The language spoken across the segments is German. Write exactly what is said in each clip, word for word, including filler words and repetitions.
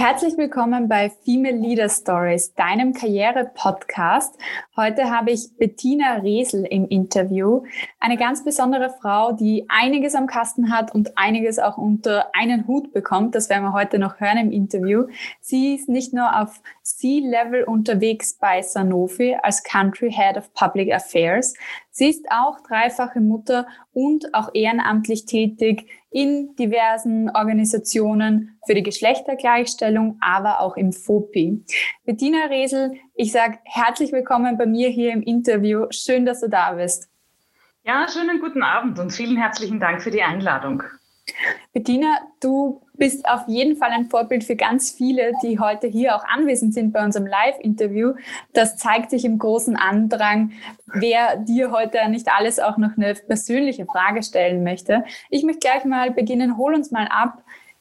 Herzlich willkommen bei Female Leader Stories, deinem Karriere-Podcast. Heute habe ich Bettina Resl im Interview, eine ganz besondere Frau, die einiges am Kasten hat und einiges auch unter einen Hut bekommt. Das werden wir heute noch hören im Interview. Sie ist nicht nur auf C-Level unterwegs bei Sanofi als Country Head of Public Affairs. Sie ist auch dreifache Mutter und auch ehrenamtlich tätig in diversen Organisationen für die Geschlechtergleichstellung, aber auch im F O P I. Bettina Resl, ich sage herzlich willkommen bei mir hier im Interview. Schön, dass du da bist. Ja, schönen guten Abend und vielen herzlichen Dank für die Einladung. Bettina, du bist auf jeden Fall ein Vorbild für ganz viele, die heute hier auch anwesend sind bei unserem Live-Interview. Das zeigt sich im großen Andrang, wer dir heute nicht alles auch noch eine persönliche Frage stellen möchte. Ich möchte gleich mal beginnen, hol uns mal ab.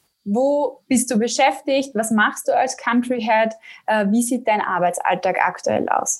Wo bist du beschäftigt? Was machst du als Country Head? Wie sieht dein Arbeitsalltag aktuell aus?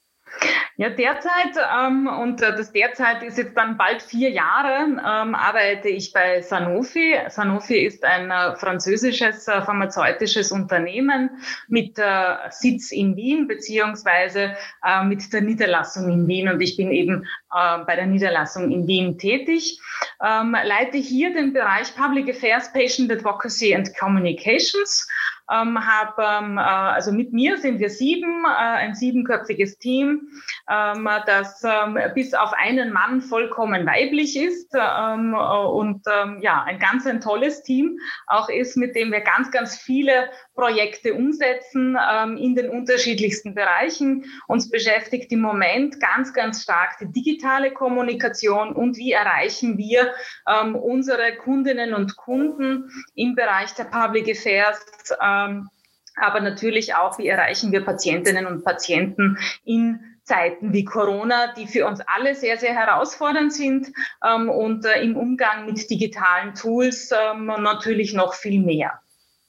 Ja, derzeit, ähm, und äh, das derzeit ist jetzt dann bald vier Jahre, ähm, arbeite ich bei Sanofi. Sanofi ist ein äh, französisches äh, pharmazeutisches Unternehmen mit äh, Sitz in Wien, beziehungsweise äh, mit der Niederlassung in Wien. Und ich bin eben äh, bei der Niederlassung in Wien tätig. Ähm, leite hier den Bereich Public Affairs, Patient Advocacy and Communications. Ähm, hab, ähm, äh, also mit mir sind wir sieben, äh, ein siebenköpfiges Team, ähm, das ähm, bis auf einen Mann vollkommen weiblich ist ähm, und ähm, ja, ein ganz ein tolles Team auch ist, mit dem wir ganz, ganz viele Projekte umsetzen ähm, in den unterschiedlichsten Bereichen. Uns beschäftigt im Moment ganz, ganz stark die digitale Kommunikation und wie erreichen wir ähm, unsere Kundinnen und Kunden im Bereich der Public Affairs, ähm, aber natürlich auch, wie erreichen wir Patientinnen und Patienten in Zeiten wie Corona, die für uns alle sehr, sehr herausfordernd sind ähm, und äh, im Umgang mit digitalen Tools ähm, natürlich noch viel mehr.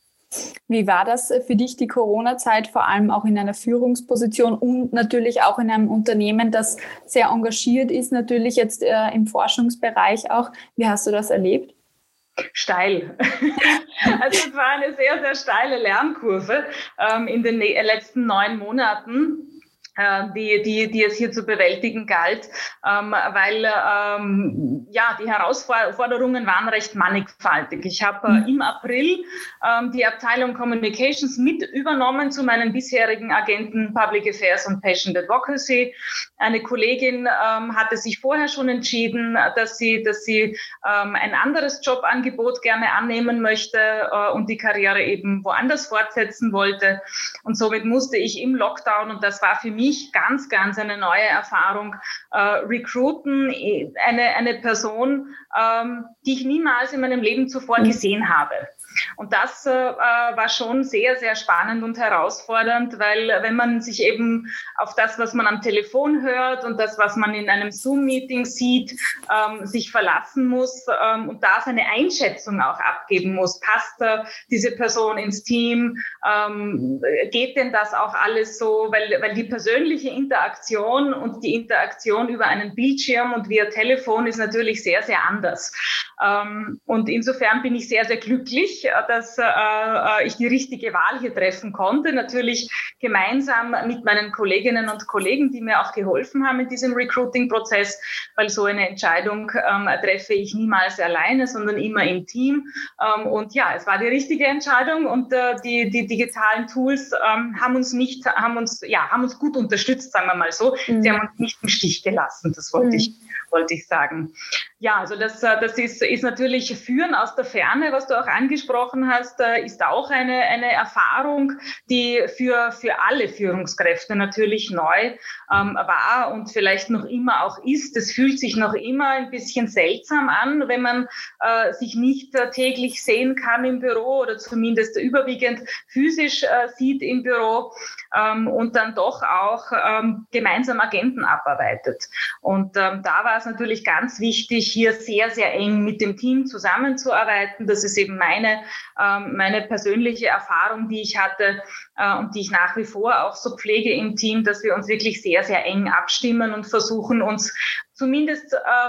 Wie war das für dich, die Corona-Zeit, vor allem auch in einer Führungsposition und natürlich auch in einem Unternehmen, das sehr engagiert ist, natürlich jetzt äh, im Forschungsbereich auch. Wie hast du das erlebt? Steil. Also es war eine sehr, sehr steile Lernkurve ähm, in den letzten neun Monaten. Die, die, die es hier zu bewältigen galt, ähm, weil ähm, ja die Herausforderungen waren recht mannigfaltig. Ich habe äh, im April ähm, die Abteilung Communications mit übernommen zu meinen bisherigen Agenten Public Affairs und Patient Advocacy. Eine Kollegin ähm, hatte sich vorher schon entschieden, dass sie, dass sie ähm, ein anderes Jobangebot gerne annehmen möchte äh, und die Karriere eben woanders fortsetzen wollte. Und somit musste ich im Lockdown, und das war für mich ganz, ganz eine neue Erfahrung, äh, recruiten, eine, eine Person, ähm, die ich niemals in meinem Leben zuvor gesehen habe. Und das äh, war schon sehr, sehr spannend und herausfordernd, weil wenn man sich eben auf das, was man am Telefon hört und das, was man in einem Zoom-Meeting sieht, ähm, sich verlassen muss ähm, und da seine Einschätzung auch abgeben muss, passt äh, diese Person ins Team, ähm, geht denn das auch alles so, weil, weil die persönliche Interaktion und die Interaktion über einen Bildschirm und via Telefon ist natürlich sehr, sehr anders. Ähm, und insofern bin ich sehr, sehr glücklich, dass äh, ich die richtige Wahl hier treffen konnte. Natürlich gemeinsam mit meinen Kolleginnen und Kollegen, die mir auch geholfen haben in diesem Recruiting-Prozess, weil so eine Entscheidung ähm, treffe ich niemals alleine, sondern immer im Team. Ähm, und ja, es war die richtige Entscheidung und äh, die, die digitalen Tools ähm, haben uns nicht, haben uns, ja, haben uns gut unterstützt, sagen wir mal so. Mhm. Sie haben uns nicht im Stich gelassen, das wollte mhm. ich wollte ich sagen. Ja, also das, das ist, ist natürlich Führen aus der Ferne, was du auch angesprochen hast, ist auch eine, eine Erfahrung, die für, für alle Führungskräfte natürlich neu ähm, war und vielleicht noch immer auch ist. Es fühlt sich noch immer ein bisschen seltsam an, wenn man äh, sich nicht äh, täglich sehen kann im Büro oder zumindest überwiegend physisch äh, sieht im Büro ähm, und dann doch auch ähm, gemeinsam Agenten abarbeitet. Und ähm, da war es natürlich ganz wichtig, hier sehr, sehr eng mit dem Team zusammenzuarbeiten. Das ist eben meine, ähm, meine persönliche Erfahrung, die ich hatte äh, und die ich nach wie vor auch so pflege im Team, dass wir uns wirklich sehr, sehr eng abstimmen und versuchen, uns zumindest äh,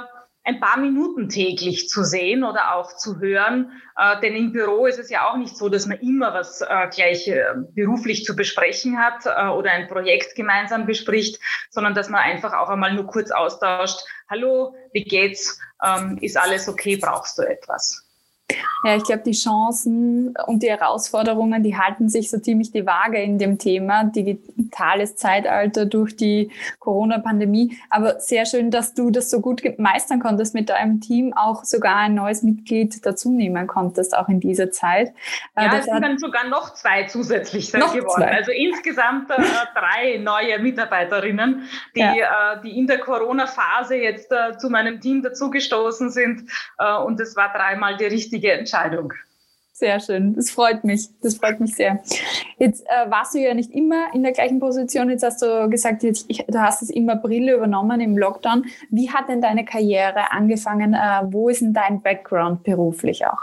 ein paar Minuten täglich zu sehen oder auch zu hören. Äh, denn im Büro ist es ja auch nicht so, dass man immer was äh, gleich äh, beruflich zu besprechen hat äh, oder ein Projekt gemeinsam bespricht, sondern dass man einfach auch einmal nur kurz austauscht. Hallo, wie geht's? Ähm, ist alles okay? Brauchst du etwas? Ja, ich glaube, die Chancen und die Herausforderungen, die halten sich so ziemlich die Waage in dem Thema digitales Zeitalter durch die Corona-Pandemie. Aber sehr schön, dass du das so gut meistern konntest mit deinem Team, auch sogar ein neues Mitglied dazu nehmen konntest, auch in dieser Zeit. Ja, das es sind dann sogar noch zwei zusätzlich noch geworden. Zwei. Also insgesamt äh, drei neue Mitarbeiterinnen, die, ja. äh, die in der Corona-Phase jetzt äh, zu meinem Team dazugestoßen sind. Äh, und es war dreimal die richtige Entscheidung. Sehr schön, das freut mich, das freut mich sehr. Jetzt äh, warst du ja nicht immer in der gleichen Position, jetzt hast du gesagt, jetzt, ich, du hast es im April übernommen im Lockdown. Wie hat denn deine Karriere angefangen? Äh, wo ist denn dein Background beruflich auch?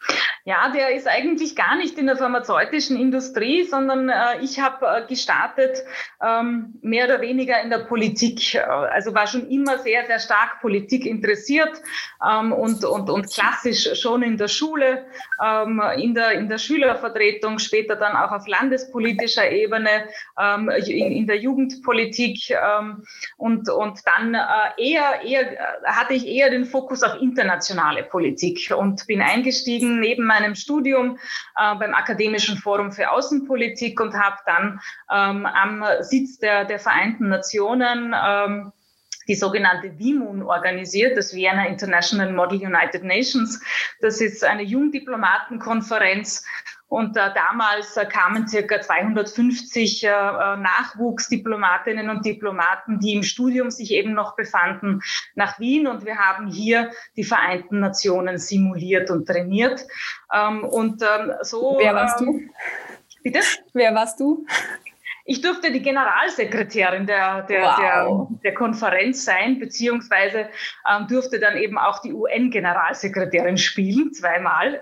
Ja, der ist eigentlich gar nicht in der pharmazeutischen Industrie, sondern äh, ich habe äh, gestartet ähm, mehr oder weniger in der Politik. Also war schon immer sehr, sehr stark Politik interessiert ähm, und, und, und klassisch schon in der Schule, ähm, in der, in der Schülervertretung, später dann auch auf landespolitischer Ebene, ähm, in, in der Jugendpolitik ähm, und, und dann äh, eher, eher hatte ich eher den Fokus auf internationale Politik und bin eingestiegen neben meinem Studium äh, beim Akademischen Forum für Außenpolitik und habe dann ähm, am Sitz der, der Vereinten Nationen ähm, die sogenannte V I M U N organisiert, das Vienna International Model United Nations. Das ist eine Jungdiplomatenkonferenz. Und äh, damals äh, kamen circa zweihundertfünfzig äh, Nachwuchsdiplomatinnen und Diplomaten, die im Studium sich eben noch befanden, nach Wien. Und wir haben hier die Vereinten Nationen simuliert und trainiert. Ähm, und ähm, so. Wer warst ähm, du? Bitte? Wer warst du? Ich durfte die Generalsekretärin der, der, wow. der, der Konferenz sein, beziehungsweise ähm, durfte dann eben auch die U N-Generalsekretärin spielen, zweimal.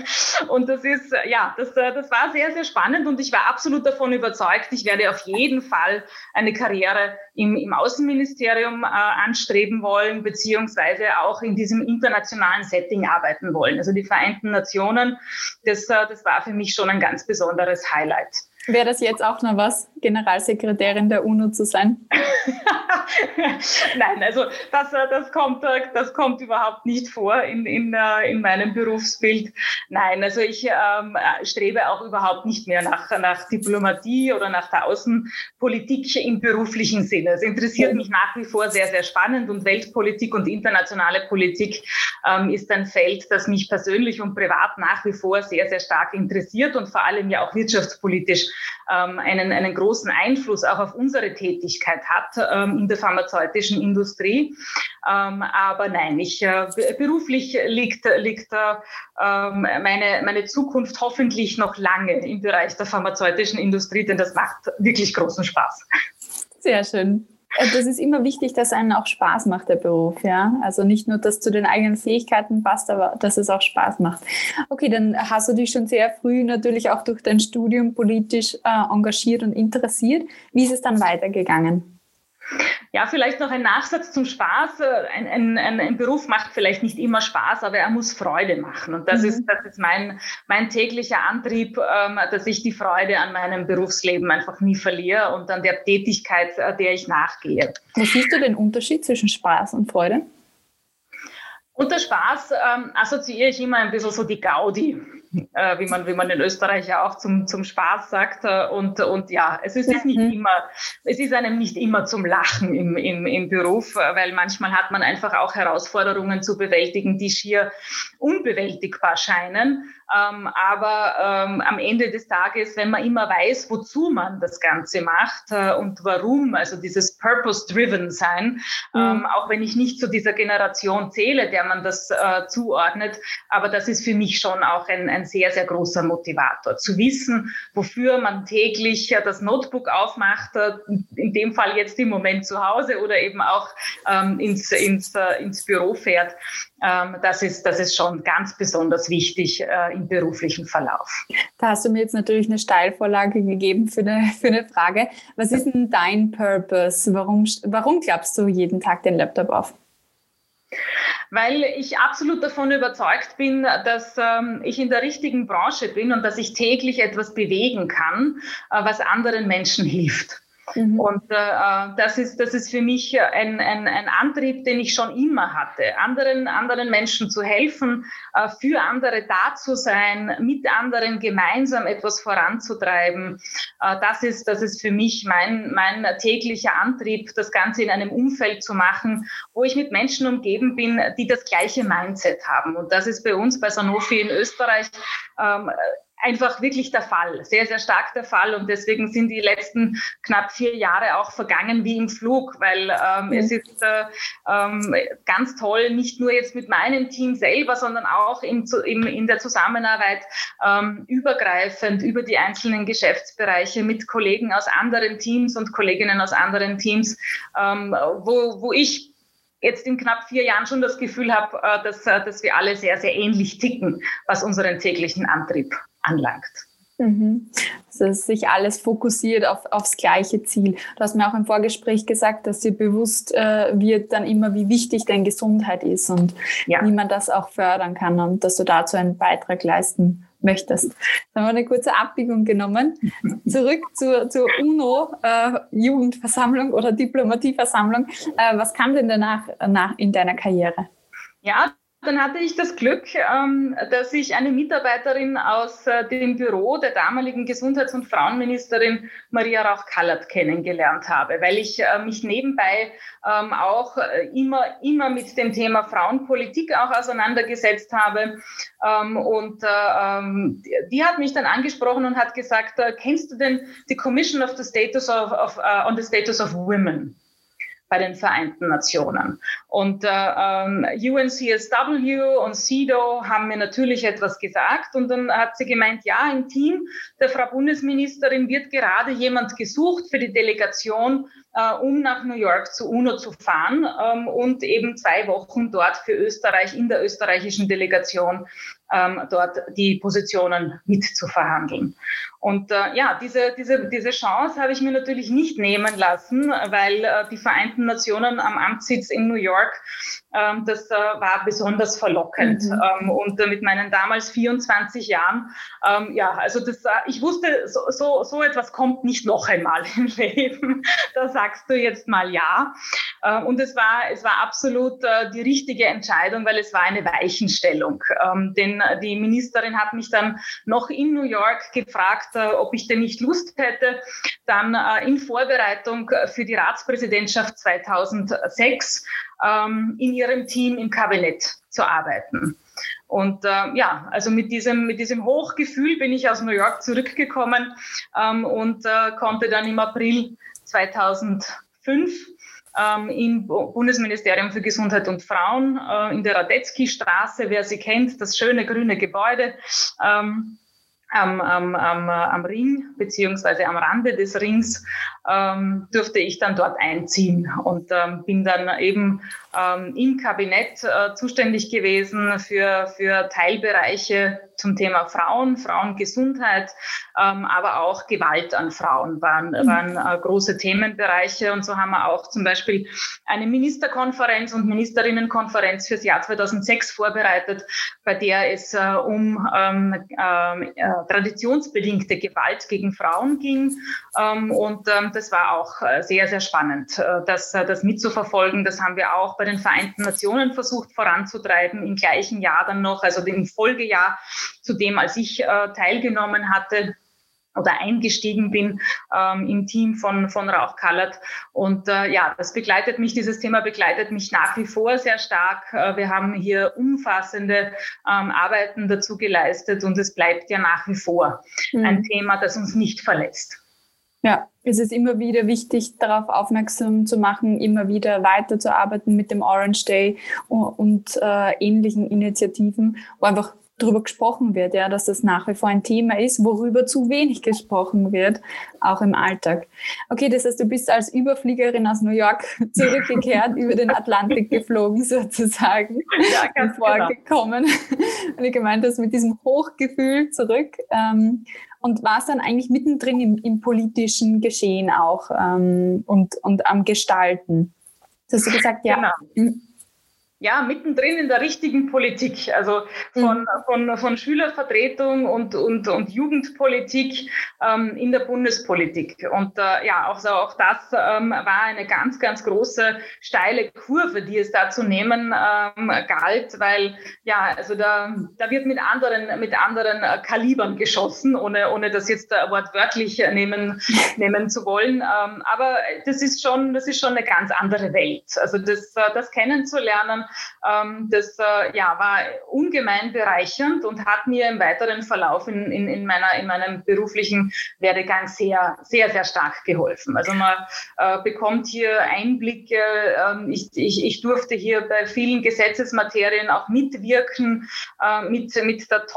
Und das ist, ja, das, das war sehr, sehr spannend und ich war absolut davon überzeugt, ich werde auf jeden Fall eine Karriere im, im Außenministerium äh, anstreben wollen, beziehungsweise auch in diesem internationalen Setting arbeiten wollen. Also die Vereinten Nationen, das, das war für mich schon ein ganz besonderes Highlight. Wäre das jetzt auch noch was, Generalsekretärin der UNO zu sein? Nein, also das, das, kommt, das kommt überhaupt nicht vor in, in, in meinem Berufsbild. Nein, also ich ähm, strebe auch überhaupt nicht mehr nach, nach Diplomatie oder nach der Außenpolitik im beruflichen Sinne. Es interessiert mich nach wie vor sehr, sehr spannend und Weltpolitik und internationale Politik ähm, ist ein Feld, das mich persönlich und privat nach wie vor sehr, sehr stark interessiert und vor allem ja auch wirtschaftspolitisch ähm, einen, einen großen Einfluss auch auf unsere Tätigkeit hat ähm, in der pharmazeutischen Industrie. Ähm, aber nein, ich, äh, beruflich liegt, liegt äh, meine, meine Zukunft hoffentlich noch lange im Bereich der pharmazeutischen Industrie, denn das macht wirklich großen Spaß. Sehr schön. Das ist immer wichtig, dass einem auch Spaß macht, der Beruf, ja. Also nicht nur, dass zu den eigenen Fähigkeiten passt, aber dass es auch Spaß macht. Okay, dann hast du dich schon sehr früh natürlich auch durch dein Studium politisch äh, engagiert und interessiert. Wie ist es dann weitergegangen? Ja, vielleicht noch ein Nachsatz zum Spaß. Ein, ein, ein Beruf macht vielleicht nicht immer Spaß, aber er muss Freude machen. Und das mhm. ist, das ist mein, mein täglicher Antrieb, ähm, dass ich die Freude an meinem Berufsleben einfach nie verliere und an der Tätigkeit, der ich nachgehe. Wo siehst du den Unterschied zwischen Spaß und Freude? Unter Spaß ähm, assoziiere ich immer ein bisschen so die Gaudi, äh, wie man, wie man in Österreich ja auch zum, zum Spaß sagt. Und, und ja, es ist, ist nicht mhm. immer, es ist einem nicht immer zum Lachen im, im, im Beruf, weil manchmal hat man einfach auch Herausforderungen zu bewältigen, die schier unbewältigbar scheinen. Ähm, aber ähm, am Ende des Tages, wenn man immer weiß, wozu man das Ganze macht äh, und warum, also dieses Purpose-Driven sein, mhm. ähm, auch wenn ich nicht zu dieser Generation zähle, der man das äh, zuordnet, aber das ist für mich schon auch ein, ein sehr, sehr großer Motivator. Zu wissen, wofür man täglich äh, das Notebook aufmacht, äh, in dem Fall jetzt im Moment zu Hause oder eben auch ähm, ins, ins, äh, ins Büro fährt, ähm, das ist, das ist schon ganz besonders wichtig äh, im beruflichen Verlauf. Da hast du mir jetzt natürlich eine Steilvorlage gegeben für eine, für eine Frage. Was ist denn dein Purpose? Warum, warum klappst du jeden Tag den Laptop auf? Weil ich absolut davon überzeugt bin, dass ähm, ich in der richtigen Branche bin und dass ich täglich etwas bewegen kann, äh, was anderen Menschen hilft. Mhm. Und äh, das ist, das ist für mich ein, ein, ein Antrieb, den ich schon immer hatte, anderen, anderen Menschen zu helfen, äh, für andere da zu sein, mit anderen gemeinsam etwas voranzutreiben. Äh, das ist, das ist für mich mein, mein täglicher Antrieb, das Ganze in einem Umfeld zu machen, wo ich mit Menschen umgeben bin, die das gleiche Mindset haben. Und das ist bei uns bei Sanofi in Österreich ähm, einfach wirklich der Fall, sehr, sehr stark der Fall. Und deswegen sind die letzten knapp vier Jahre auch vergangen wie im Flug, weil ähm, mhm. es ist äh, ähm, ganz toll, nicht nur jetzt mit meinem Team selber, sondern auch im, im, in der Zusammenarbeit ähm, übergreifend über die einzelnen Geschäftsbereiche mit Kollegen aus anderen Teams und Kolleginnen aus anderen Teams, ähm, wo, wo ich jetzt in knapp vier Jahren schon das Gefühl habe, dass, dass wir alle sehr, sehr ähnlich ticken, was unseren täglichen Antrieb anlangt. Mhm. Dass sich alles fokussiert auf, aufs gleiche Ziel. Du hast mir auch im Vorgespräch gesagt, dass dir bewusst äh, wird dann immer, wie wichtig deine Gesundheit ist und ja. wie man das auch fördern kann und dass du dazu einen Beitrag leisten möchtest. Dann haben wir eine kurze Abbiegung genommen. Zurück zur, zur UNO-Jugendversammlung äh, oder Diplomatieversammlung. Äh, was kam denn danach nach in deiner Karriere? Ja, dann hatte ich das Glück, ähm, dass ich eine Mitarbeiterin aus äh, dem Büro der damaligen Gesundheits- und Frauenministerin Maria Rauch-Kallert kennengelernt habe, weil ich äh, mich nebenbei ähm, auch äh, immer, immer mit dem Thema Frauenpolitik auch auseinandergesetzt habe. Ähm, und äh, ähm, die, die hat mich dann angesprochen und hat gesagt, äh, kennst du denn die Commission of the Status of, of, uh, on the Status of Women bei den Vereinten Nationen? Und äh, ähm, U N C S W und C E D O haben mir natürlich etwas gesagt und dann hat sie gemeint, ja, im Team der Frau Bundesministerin wird gerade jemand gesucht für die Delegation, äh, um nach New York zur UNO zu fahren ähm, und eben zwei Wochen dort für Österreich in der österreichischen Delegation ähm, dort die Positionen mitzuverhandeln. Und äh, ja, diese, diese, diese Chance habe ich mir natürlich nicht nehmen lassen, weil äh, die Vereinten Nationen am Amtssitz in New York, ähm, das äh, war besonders verlockend. Mhm. Ähm, und äh, mit meinen damals vierundzwanzig Jahren, ähm, ja, also das, äh, ich wusste, so, so, so etwas kommt nicht noch einmal im Leben. Da sagst du jetzt mal ja. Äh, und es war, es war absolut äh, die richtige Entscheidung, weil es war eine Weichenstellung. Ähm, denn die Ministerin hat mich dann noch in New York gefragt, ob ich denn nicht Lust hätte, dann äh, in Vorbereitung für die Ratspräsidentschaft zweitausendsechs ähm, in ihrem Team im Kabinett zu arbeiten. Und äh, ja, also mit diesem, mit diesem Hochgefühl bin ich aus New York zurückgekommen ähm, und äh, konnte dann im April zweitausendfünf ähm, im Bundesministerium für Gesundheit und Frauen äh, in der Radetzky-Straße, wer sie kennt, das schöne grüne Gebäude, ähm, Am, am, am, am Ring beziehungsweise am Rande des Rings ähm, durfte ich dann dort einziehen und ähm, bin dann eben ähm, im Kabinett äh, zuständig gewesen für, für Teilbereiche zum Thema Frauen, Frauengesundheit, ähm, aber auch Gewalt an Frauen waren, waren äh, große Themenbereiche. Und so haben wir auch zum Beispiel eine Ministerkonferenz und Ministerinnenkonferenz fürs Jahr zweitausendsechs vorbereitet, bei der es äh, um ähm, äh, traditionsbedingte Gewalt gegen Frauen ging. Ähm, und ähm, das war auch äh, sehr, sehr spannend, äh, das, äh, das mitzuverfolgen. Das haben wir auch bei den Vereinten Nationen versucht voranzutreiben, im gleichen Jahr dann noch, also im Folgejahr, zu dem, als ich äh, teilgenommen hatte oder eingestiegen bin ähm, im Team von, von Rauch-Kallert. Und äh, ja, das begleitet mich, dieses Thema begleitet mich nach wie vor sehr stark. Äh, wir haben hier umfassende ähm, Arbeiten dazu geleistet und es bleibt ja nach wie vor mhm. ein Thema, das uns nicht verlässt. Ja, es ist immer wieder wichtig, darauf aufmerksam zu machen, immer wieder weiterzuarbeiten mit dem Orange Day und, und äh, ähnlichen Initiativen, wo einfach darüber gesprochen wird, ja, dass das nach wie vor ein Thema ist, worüber zu wenig gesprochen wird, auch im Alltag. Okay, das heißt, du bist als Überfliegerin aus New York zurückgekehrt, über den Atlantik geflogen sozusagen, ja, und vorgekommen. Genau. Und ich gemeint hast, mit diesem Hochgefühl zurück ähm, und warst dann eigentlich mittendrin im, im politischen Geschehen auch ähm, und, und am Gestalten. Das hast du gesagt, ja. Genau. ja, mittendrin in der richtigen Politik, also von, mhm. von, von Schülervertretung und, und, und Jugendpolitik ähm, in der Bundespolitik. Und äh, ja, auch, so, auch das ähm, war eine ganz, ganz große, steile Kurve, die es da zu nehmen ähm, galt, weil ja, also da, da wird mit anderen, mit anderen äh, Kalibern geschossen, ohne, ohne das jetzt äh, wortwörtlich nehmen, nehmen zu wollen. Ähm, aber das ist schon, das ist schon eine ganz andere Welt. Also das, äh, das kennenzulernen, das ja, war ungemein bereichernd und hat mir im weiteren Verlauf in, in, in, meiner, in meinem beruflichen Werdegang sehr, sehr, sehr stark geholfen. Also man äh, bekommt hier Einblicke. Ähm, ich, ich, ich durfte hier bei vielen Gesetzesmaterien auch mitwirken, äh, mit, mit der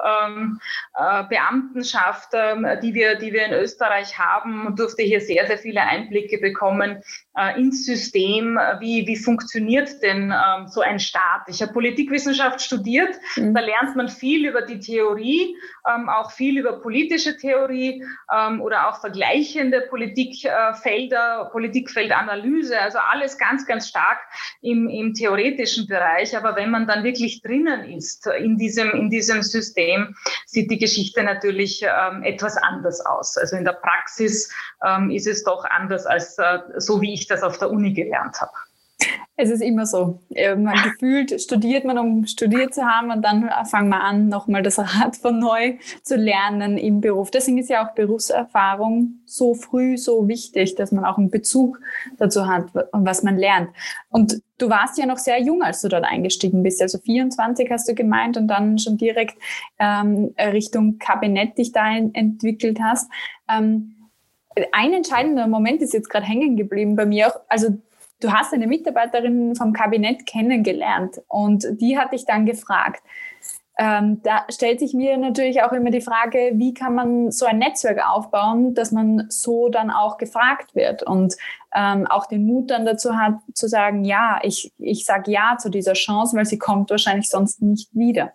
Top-Beamtenschaft, ähm, äh, die, wir, die wir in Österreich haben, und durfte hier sehr, sehr viele Einblicke bekommen äh, ins System. Wie, wie funktioniert denn ähm, so ein Staat? Ich habe Politikwissenschaft studiert, mhm. da lernt man viel über die Theorie, ähm, auch viel über politische Theorie ähm, oder auch vergleichende Politikfelder, Politikfeldanalyse, also alles ganz, ganz stark im, im theoretischen Bereich. Aber wenn man dann wirklich drinnen ist in diesem, in diesem System, sieht die Geschichte natürlich ähm, etwas anders aus. Also in der Praxis ähm, ist es doch anders als äh, so, wie ich das auf der Uni gelernt habe. Es ist immer so. Man gefühlt studiert man, um studiert zu haben, und dann fangen wir an, nochmal das Rad von neu zu lernen im Beruf. Deswegen ist ja auch Berufserfahrung so früh so wichtig, dass man auch einen Bezug dazu hat und was man lernt. Und du warst ja noch sehr jung, als du dort eingestiegen bist. Also vierundzwanzig hast du gemeint, und dann schon direkt ähm, Richtung Kabinett dich da entwickelt hast. Ähm, ein entscheidender Moment ist jetzt gerade hängen geblieben bei mir auch. Also du hast eine Mitarbeiterin vom Kabinett kennengelernt, und die hat dich dann gefragt. Ähm, da stellt sich mir natürlich auch immer die Frage, wie kann man so ein Netzwerk aufbauen, dass man so dann auch gefragt wird und ähm, auch den Mut dann dazu hat, zu sagen, ja, ich, ich sage ja zu dieser Chance, weil sie kommt wahrscheinlich sonst nicht wieder.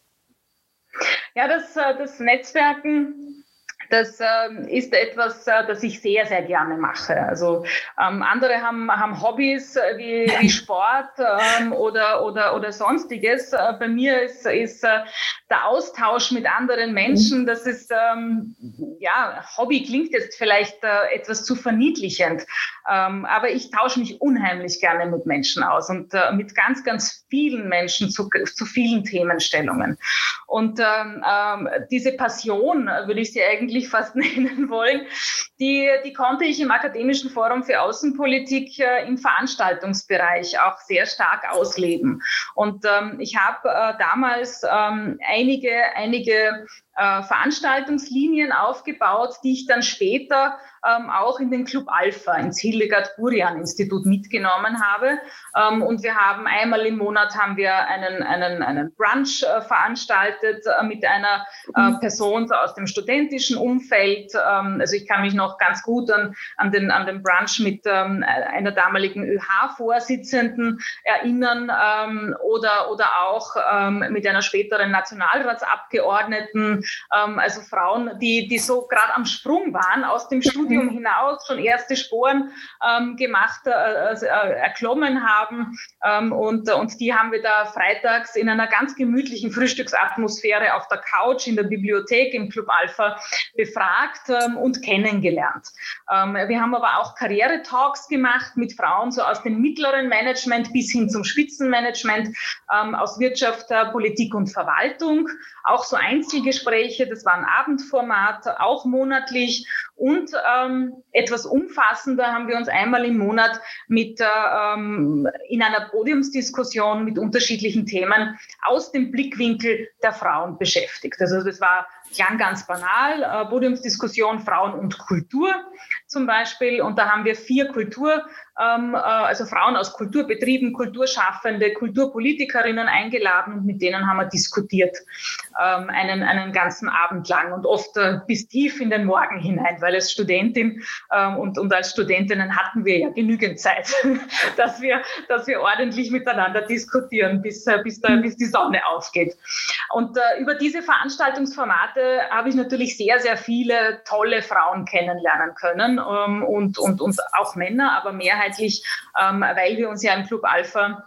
Ja, das, das Netzwerken, das äh, ist etwas, äh, das ich sehr, sehr gerne mache. Also ähm, andere haben, haben Hobbys äh, wie, wie Sport ähm, oder, oder, oder Sonstiges. Äh, bei mir ist, ist äh, der Austausch mit anderen Menschen, das ist, ähm, ja, Hobby klingt jetzt vielleicht äh, etwas zu verniedlichend, ähm, aber ich tausche mich unheimlich gerne mit Menschen aus und äh, mit ganz, ganz vielen Menschen zu, zu vielen Themenstellungen. Und ähm, ähm, diese Passion, würde ich sie eigentlich fast nennen wollen, die, die konnte ich im Akademischen Forum für Außenpolitik äh, im Veranstaltungsbereich auch sehr stark ausleben. Und ähm, ich habe äh, damals ähm, einige, einige äh, Veranstaltungslinien aufgebaut, die ich dann später ähm, auch in den Club Alpha, ins Hildegard-Burian-Institut mitgenommen habe. Ähm, und wir haben einmal im Monat haben wir einen, einen, einen Brunch äh, veranstaltet äh, mit einer äh, Person aus dem studentischen Umfeld. Ähm, also ich kann mich noch ganz gut an, an, den, an den Brunch mit ähm, einer damaligen Ö H-Vorsitzenden erinnern ähm, oder, oder auch ähm, mit einer späteren Nationalratsabgeordneten, ähm, also Frauen, die, die so gerade am Sprung waren aus dem Studium hinaus, schon erste Sporen ähm, gemacht, äh, äh, erklommen haben ähm, und, und die haben wir da freitags in einer ganz gemütlichen Frühstücksatmosphäre auf der Couch in der Bibliothek im Club Alpha befragt ähm, und kennengelernt. Ähm, wir haben aber auch Karriere-Talks gemacht mit Frauen so aus dem mittleren Management bis hin zum Spitzenmanagement, ähm, aus Wirtschaft, Politik und Verwaltung, auch so Einzelgespräche, das war ein Abendformat, auch monatlich. Und ähm, etwas umfassender haben wir uns einmal im Monat mit ähm, in einer Podiumsdiskussion mit unterschiedlichen Themen aus dem Blickwinkel der Frauen beschäftigt. Also das war klang ganz banal, äh, Podiumsdiskussion Frauen und Kultur zum Beispiel. Und da haben wir vier Kultur, ähm, äh, also Frauen aus Kulturbetrieben, Kulturschaffende, Kulturpolitikerinnen eingeladen, und mit denen haben wir diskutiert, ähm, einen, einen ganzen Abend lang und oft äh, bis tief in den Morgen hinein, weil als Studentin ähm, und, und als Studentinnen hatten wir ja genügend Zeit, dass wir, dass wir ordentlich miteinander diskutieren, bis, äh, bis, da, bis die Sonne aufgeht. Und äh, über diese Veranstaltungsformate habe ich natürlich sehr, sehr viele tolle Frauen kennenlernen können ähm, und, und, und auch Männer, aber mehrheitlich, ähm, weil wir uns ja im Club Alpha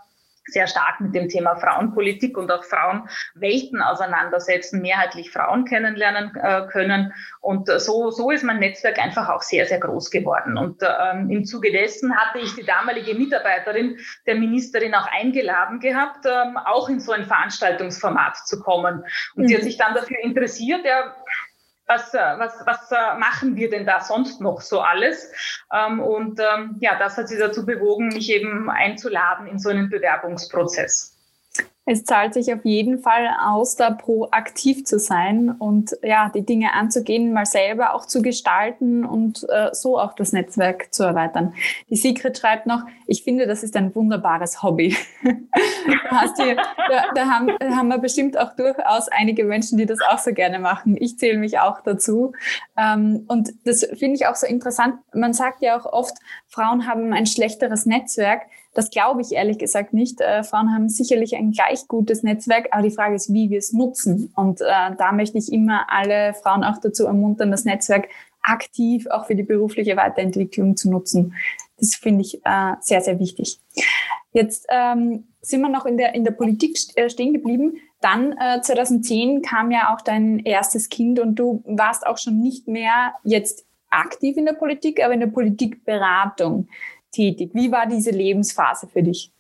sehr stark mit dem Thema Frauenpolitik und auch Frauenwelten auseinandersetzen, mehrheitlich Frauen kennenlernen äh, können. Und äh, so, so ist mein Netzwerk einfach auch sehr, sehr groß geworden. Und ähm, im Zuge dessen hatte ich die damalige Mitarbeiterin der Ministerin auch eingeladen gehabt, ähm, auch in so ein Veranstaltungsformat zu kommen. Und mhm. sie hat sich dann dafür interessiert, ja, Was, was, was machen wir denn da sonst noch so alles? Und ja, das hat sie dazu bewogen, mich eben einzuladen in so einen Bewerbungsprozess. Es zahlt sich auf jeden Fall aus, da proaktiv zu sein und ja, die Dinge anzugehen, mal selber auch zu gestalten und äh, so auch das Netzwerk zu erweitern. Die Sigrid schreibt noch, ich finde, das ist ein wunderbares Hobby. da, hast du, da, da, haben, da haben wir bestimmt auch durchaus einige Menschen, die das auch so gerne machen. Ich zähle mich auch dazu. Ähm, und das finde ich auch so interessant. Man sagt ja auch oft, Frauen haben ein schlechteres Netzwerk. Das glaube ich ehrlich gesagt nicht. Äh, Frauen haben sicherlich ein gleich gutes Netzwerk, aber die Frage ist, wie wir es nutzen. Und äh, da möchte ich immer alle Frauen auch dazu ermuntern, das Netzwerk aktiv auch für die berufliche Weiterentwicklung zu nutzen. Das finde ich äh, sehr, sehr wichtig. Jetzt ähm, sind wir noch in der in der Politik stehen geblieben. Dann äh, zweitausendzehn kam ja auch dein erstes Kind und du warst auch schon nicht mehr jetzt aktiv in der Politik, aber in der Politikberatung tätig. Wie war diese Lebensphase für dich?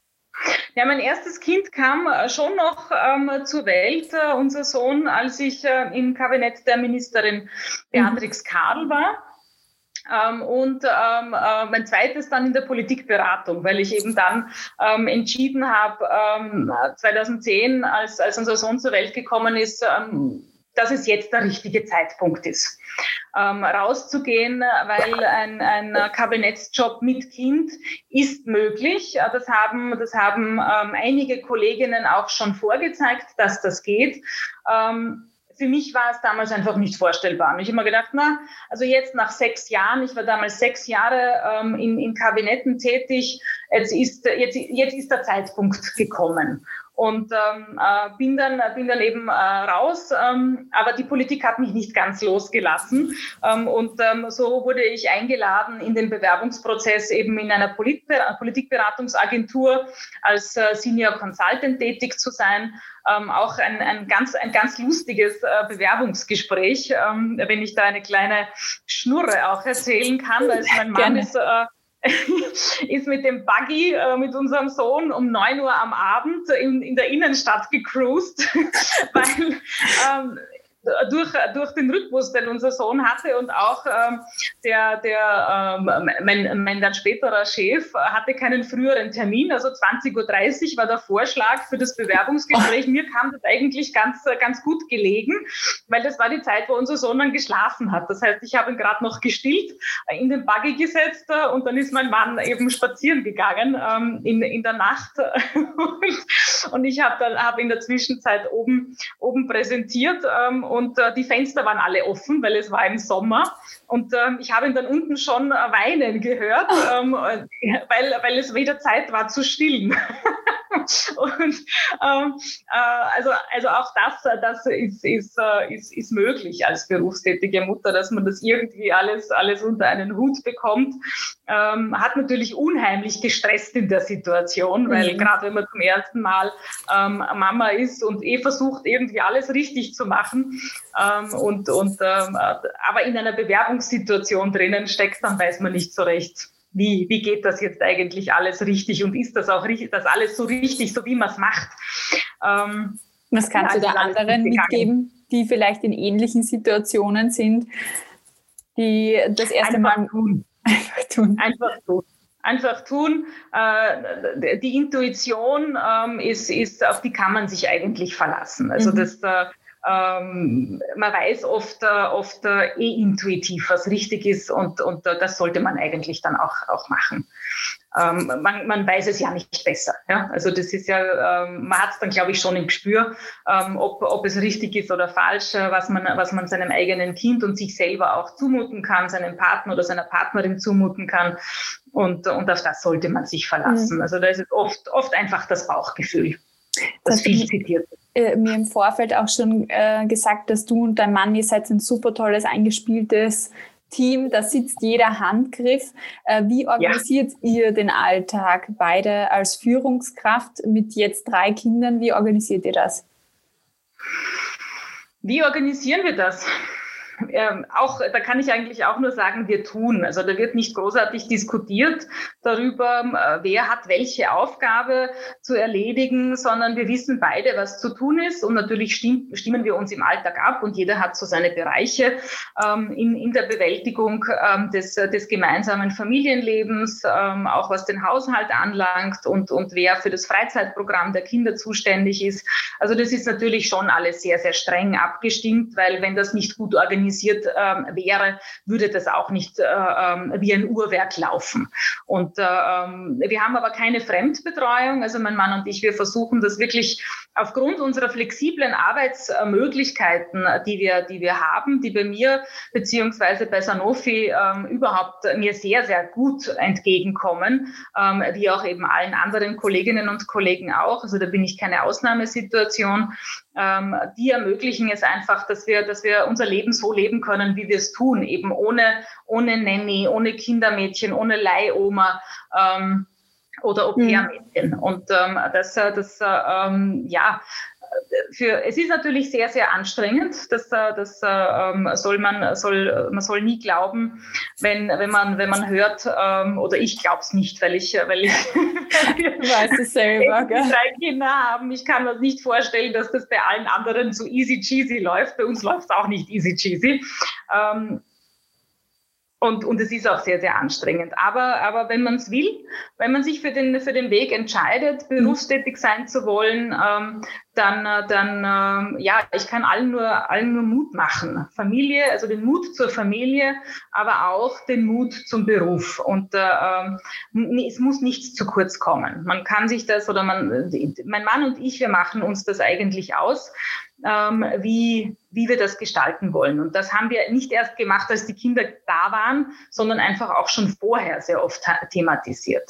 Ja, mein erstes Kind kam schon noch ähm, zur Welt, äh, unser Sohn, als ich äh, im Kabinett der Ministerin Beatrix mhm. Karl war. Ähm, und ähm, äh, mein zweites dann in der Politikberatung, weil ich eben dann ähm, entschieden habe, ähm, zweitausendzehn, als, als unser Sohn zur Welt gekommen ist, ähm, dass es jetzt der richtige Zeitpunkt ist, ähm, rauszugehen, weil ein, ein Kabinettsjob mit Kind ist möglich. Das haben, das haben ähm, einige Kolleginnen auch schon vorgezeigt, dass das geht. Ähm, Für mich war es damals einfach nicht vorstellbar. Und ich habe immer gedacht, na, also jetzt nach sechs Jahren, ich war damals sechs Jahre ähm, in, in Kabinetten tätig, jetzt ist, jetzt, jetzt ist der Zeitpunkt gekommen. Und ähm, äh, bin dann bin dann eben äh, raus, ähm, aber die Politik hat mich nicht ganz losgelassen. Ähm, und ähm, so wurde ich eingeladen, in den Bewerbungsprozess eben in einer Politber- Politikberatungsagentur als äh, Senior Consultant tätig zu sein. Ähm, auch ein, ein ganz ein ganz lustiges äh, Bewerbungsgespräch, ähm, wenn ich da eine kleine Schnurre auch erzählen kann. Also mein Mann Gerne. ist äh, ist mit dem Buggy, äh, mit unserem Sohn um neun Uhr am Abend in, in der Innenstadt gecruised, weil ähm, durch, durch den Rhythmus, den unser Sohn hatte und auch ähm, der, der ähm, mein, mein dann späterer Chef hatte keinen früheren Termin, also zwanzig Uhr dreißig war der Vorschlag für das Bewerbungsgespräch. Mir kam das eigentlich ganz, ganz gut gelegen, weil das war die Zeit, wo unser Sohn dann geschlafen hat. Das heißt, ich habe ihn gerade noch gestillt, in den Buggy gesetzt und dann ist mein Mann eben spazieren gegangen ähm, in, in der Nacht und, und ich habe dann hab in der Zwischenzeit oben, oben präsentiert ähm, und äh, die Fenster waren alle offen, weil es war im Sommer. Und ähm, ich habe ihn dann unten schon äh, weinen gehört, ähm, weil, weil es wieder Zeit war zu stillen. Und ähm, äh, also, also auch das, das ist, ist, äh, ist, ist möglich als berufstätige Mutter, dass man das irgendwie alles, alles unter einen Hut bekommt. Ähm, hat natürlich unheimlich gestresst in der Situation, weil mhm. gerade wenn man zum ersten Mal ähm, Mama ist und eh versucht, irgendwie alles richtig zu machen ähm, und, und ähm, aber in einer Bewerbungssituation drinnen steckt, dann weiß man nicht so recht, Wie, wie geht das jetzt eigentlich alles richtig und ist das auch richtig, das alles so richtig, so wie man es macht? Ähm, Was kannst ja, du da anderen mitgeben, die vielleicht in ähnlichen Situationen sind, die das erste Einfach Mal tun. Einfach tun. Einfach tun. Einfach tun. Äh, die Intuition ähm, ist, ist, auf die kann man sich eigentlich verlassen. Also mhm. das äh, Ähm, man weiß oft, äh, oft äh, eh intuitiv, was richtig ist und, und äh, das sollte man eigentlich dann auch, auch machen. Ähm, man, man weiß es ja nicht besser. Ja? Also das ist ja, ähm, man hat es dann, glaube ich, schon im Gespür, ähm, ob, ob es richtig ist oder falsch, äh, was man, was man seinem eigenen Kind und sich selber auch zumuten kann, seinem Partner oder seiner Partnerin zumuten kann und, und auf das sollte man sich verlassen. Mhm. Also da ist es oft, oft einfach das Bauchgefühl, das, das viel zitiert wird. Mir im Vorfeld auch schon äh, gesagt, dass du und dein Mann, ihr seid ein super tolles, eingespieltes Team, da sitzt jeder Handgriff. Wie organisiert ja. ihr den Alltag? Beide als Führungskraft mit jetzt drei Kindern, wie organisiert ihr das? Wie organisieren wir das? Ähm, auch, da kann ich eigentlich auch nur sagen, wir tun. Also da wird nicht großartig diskutiert darüber, wer hat welche Aufgabe zu erledigen, sondern wir wissen beide, was zu tun ist. Und natürlich stimm, stimmen wir uns im Alltag ab und jeder hat so seine Bereiche ähm, in, in der Bewältigung ähm, des, des gemeinsamen Familienlebens, ähm, auch was den Haushalt anlangt und, und wer für das Freizeitprogramm der Kinder zuständig ist. Also das ist natürlich schon alles sehr, sehr streng abgestimmt, weil wenn das nicht gut organisiert ähm, wäre, würde das auch nicht äh, wie ein Uhrwerk laufen. Und äh, wir haben aber keine Fremdbetreuung. Also mein Mann und ich, wir versuchen das wirklich aufgrund unserer flexiblen Arbeitsmöglichkeiten, die wir, die wir haben, die bei mir beziehungsweise bei Sanofi ähm, überhaupt mir sehr, sehr gut entgegenkommen, ähm, wie auch eben allen anderen Kolleginnen und Kollegen auch. Also da bin ich keine Ausnahmesituation. Ähm, die ermöglichen es einfach, dass wir, dass wir unser Leben so leben können, wie wir es tun, eben ohne, ohne Nanny, ohne Kindermädchen, ohne Leihoma, ähm, oder Au-pair-Mädchen. Mhm. Und ähm, das, das ähm, ja, für, es ist natürlich sehr, sehr anstrengend. Das, das ähm, soll man, soll, man soll nie glauben, wenn, wenn man, wenn man hört, ähm, oder ich glaube es nicht, weil ich, weil ich weiß es selber, gell? drei Kinder haben. Ich kann mir nicht vorstellen, dass das bei allen anderen so easy cheesy läuft. Bei uns läuft es auch nicht easy cheesy. Ähm, Und, und es ist auch sehr, sehr anstrengend. Aber, aber wenn man es will, wenn man sich für den, für den Weg entscheidet, berufstätig sein zu wollen, ähm, dann, dann ähm, ja, ich kann allen nur, allen nur Mut machen. Familie, also den Mut zur Familie, aber auch den Mut zum Beruf. Und äh, ähm, es muss nichts zu kurz kommen. Man kann sich das, oder man, mein Mann und ich, wir machen uns das eigentlich aus, ähm, wie, wie wir das gestalten wollen. Und das haben wir nicht erst gemacht, als die Kinder da waren, sondern einfach auch schon vorher sehr oft thematisiert.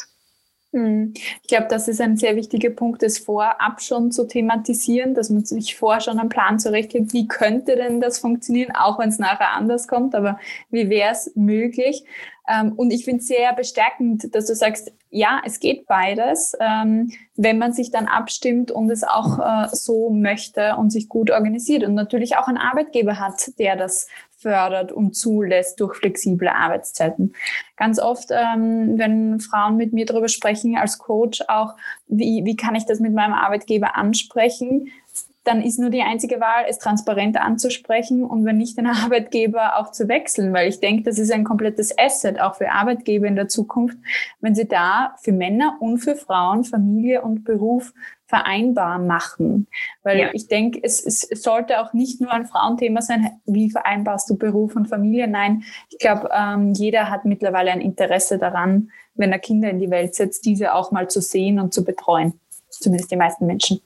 Ich glaube, das ist ein sehr wichtiger Punkt, das vorab schon zu thematisieren, dass man sich vorher schon einen Plan zurechtlegt, wie könnte denn das funktionieren, auch wenn es nachher anders kommt, aber wie wäre es möglich? Und ich finde es sehr bestärkend, dass du sagst, ja, es geht beides, wenn man sich dann abstimmt und es auch so möchte und sich gut organisiert und natürlich auch einen Arbeitgeber hat, der das fördert und zulässt durch flexible Arbeitszeiten. Ganz oft, ähm, wenn Frauen mit mir darüber sprechen, als Coach auch, wie, wie kann ich das mit meinem Arbeitgeber ansprechen, dann ist nur die einzige Wahl, es transparent anzusprechen und wenn nicht, den Arbeitgeber auch zu wechseln, weil ich denke, das ist ein komplettes Asset, auch für Arbeitgeber in der Zukunft, wenn sie da für Männer und für Frauen Familie und Beruf vereinbar machen. Weil ja. ich denke, es, es sollte auch nicht nur ein Frauenthema sein, wie vereinbarst du Beruf und Familie? Nein, ich glaube, ähm, jeder hat mittlerweile ein Interesse daran, wenn er Kinder in die Welt setzt, diese auch mal zu sehen und zu betreuen. Zumindest die meisten Menschen.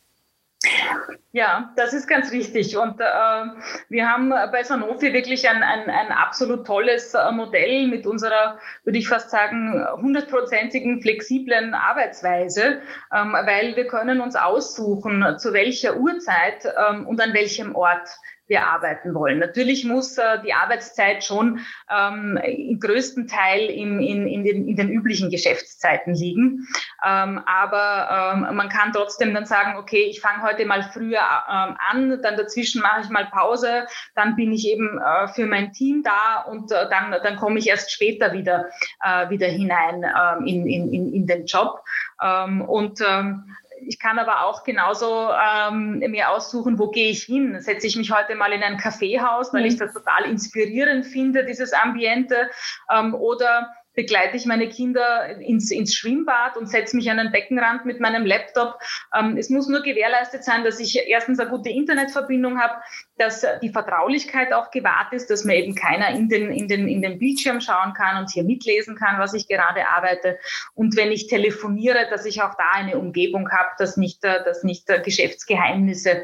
Ja, das ist ganz richtig. Und äh, wir haben bei Sanofi wirklich ein, ein, ein absolut tolles äh, Modell mit unserer, würde ich fast sagen, hundertprozentigen flexiblen Arbeitsweise, ähm, weil wir können uns aussuchen, zu welcher Uhrzeit ähm, und an welchem Ort wir arbeiten wollen. Natürlich muss äh, die Arbeitszeit schon ähm, im größten Teil im, in, in, den, in den üblichen Geschäftszeiten liegen. Ähm, aber ähm, man kann trotzdem dann sagen, okay, ich fange heute mal früher ähm, an, dann dazwischen mache ich mal Pause, dann bin ich eben äh, für mein Team da und äh, dann, dann komme ich erst später wieder, äh, wieder hinein äh, in, in, in den Job. Ähm, und ähm, Ich kann aber auch genauso ähm, mir aussuchen, wo gehe ich hin. Setze ich mich heute mal in ein Kaffeehaus, weil ich das total inspirierend finde, dieses Ambiente, ähm, oder begleite ich meine Kinder ins, ins Schwimmbad und setze mich an den Beckenrand mit meinem Laptop. Ähm, es muss nur gewährleistet sein, dass ich erstens eine gute Internetverbindung habe, dass die Vertraulichkeit auch gewahrt ist, dass mir eben keiner in den, in den, in den Bildschirm schauen kann und hier mitlesen kann, was ich gerade arbeite. Und wenn ich telefoniere, dass ich auch da eine Umgebung habe, dass nicht, dass nicht Geschäftsgeheimnisse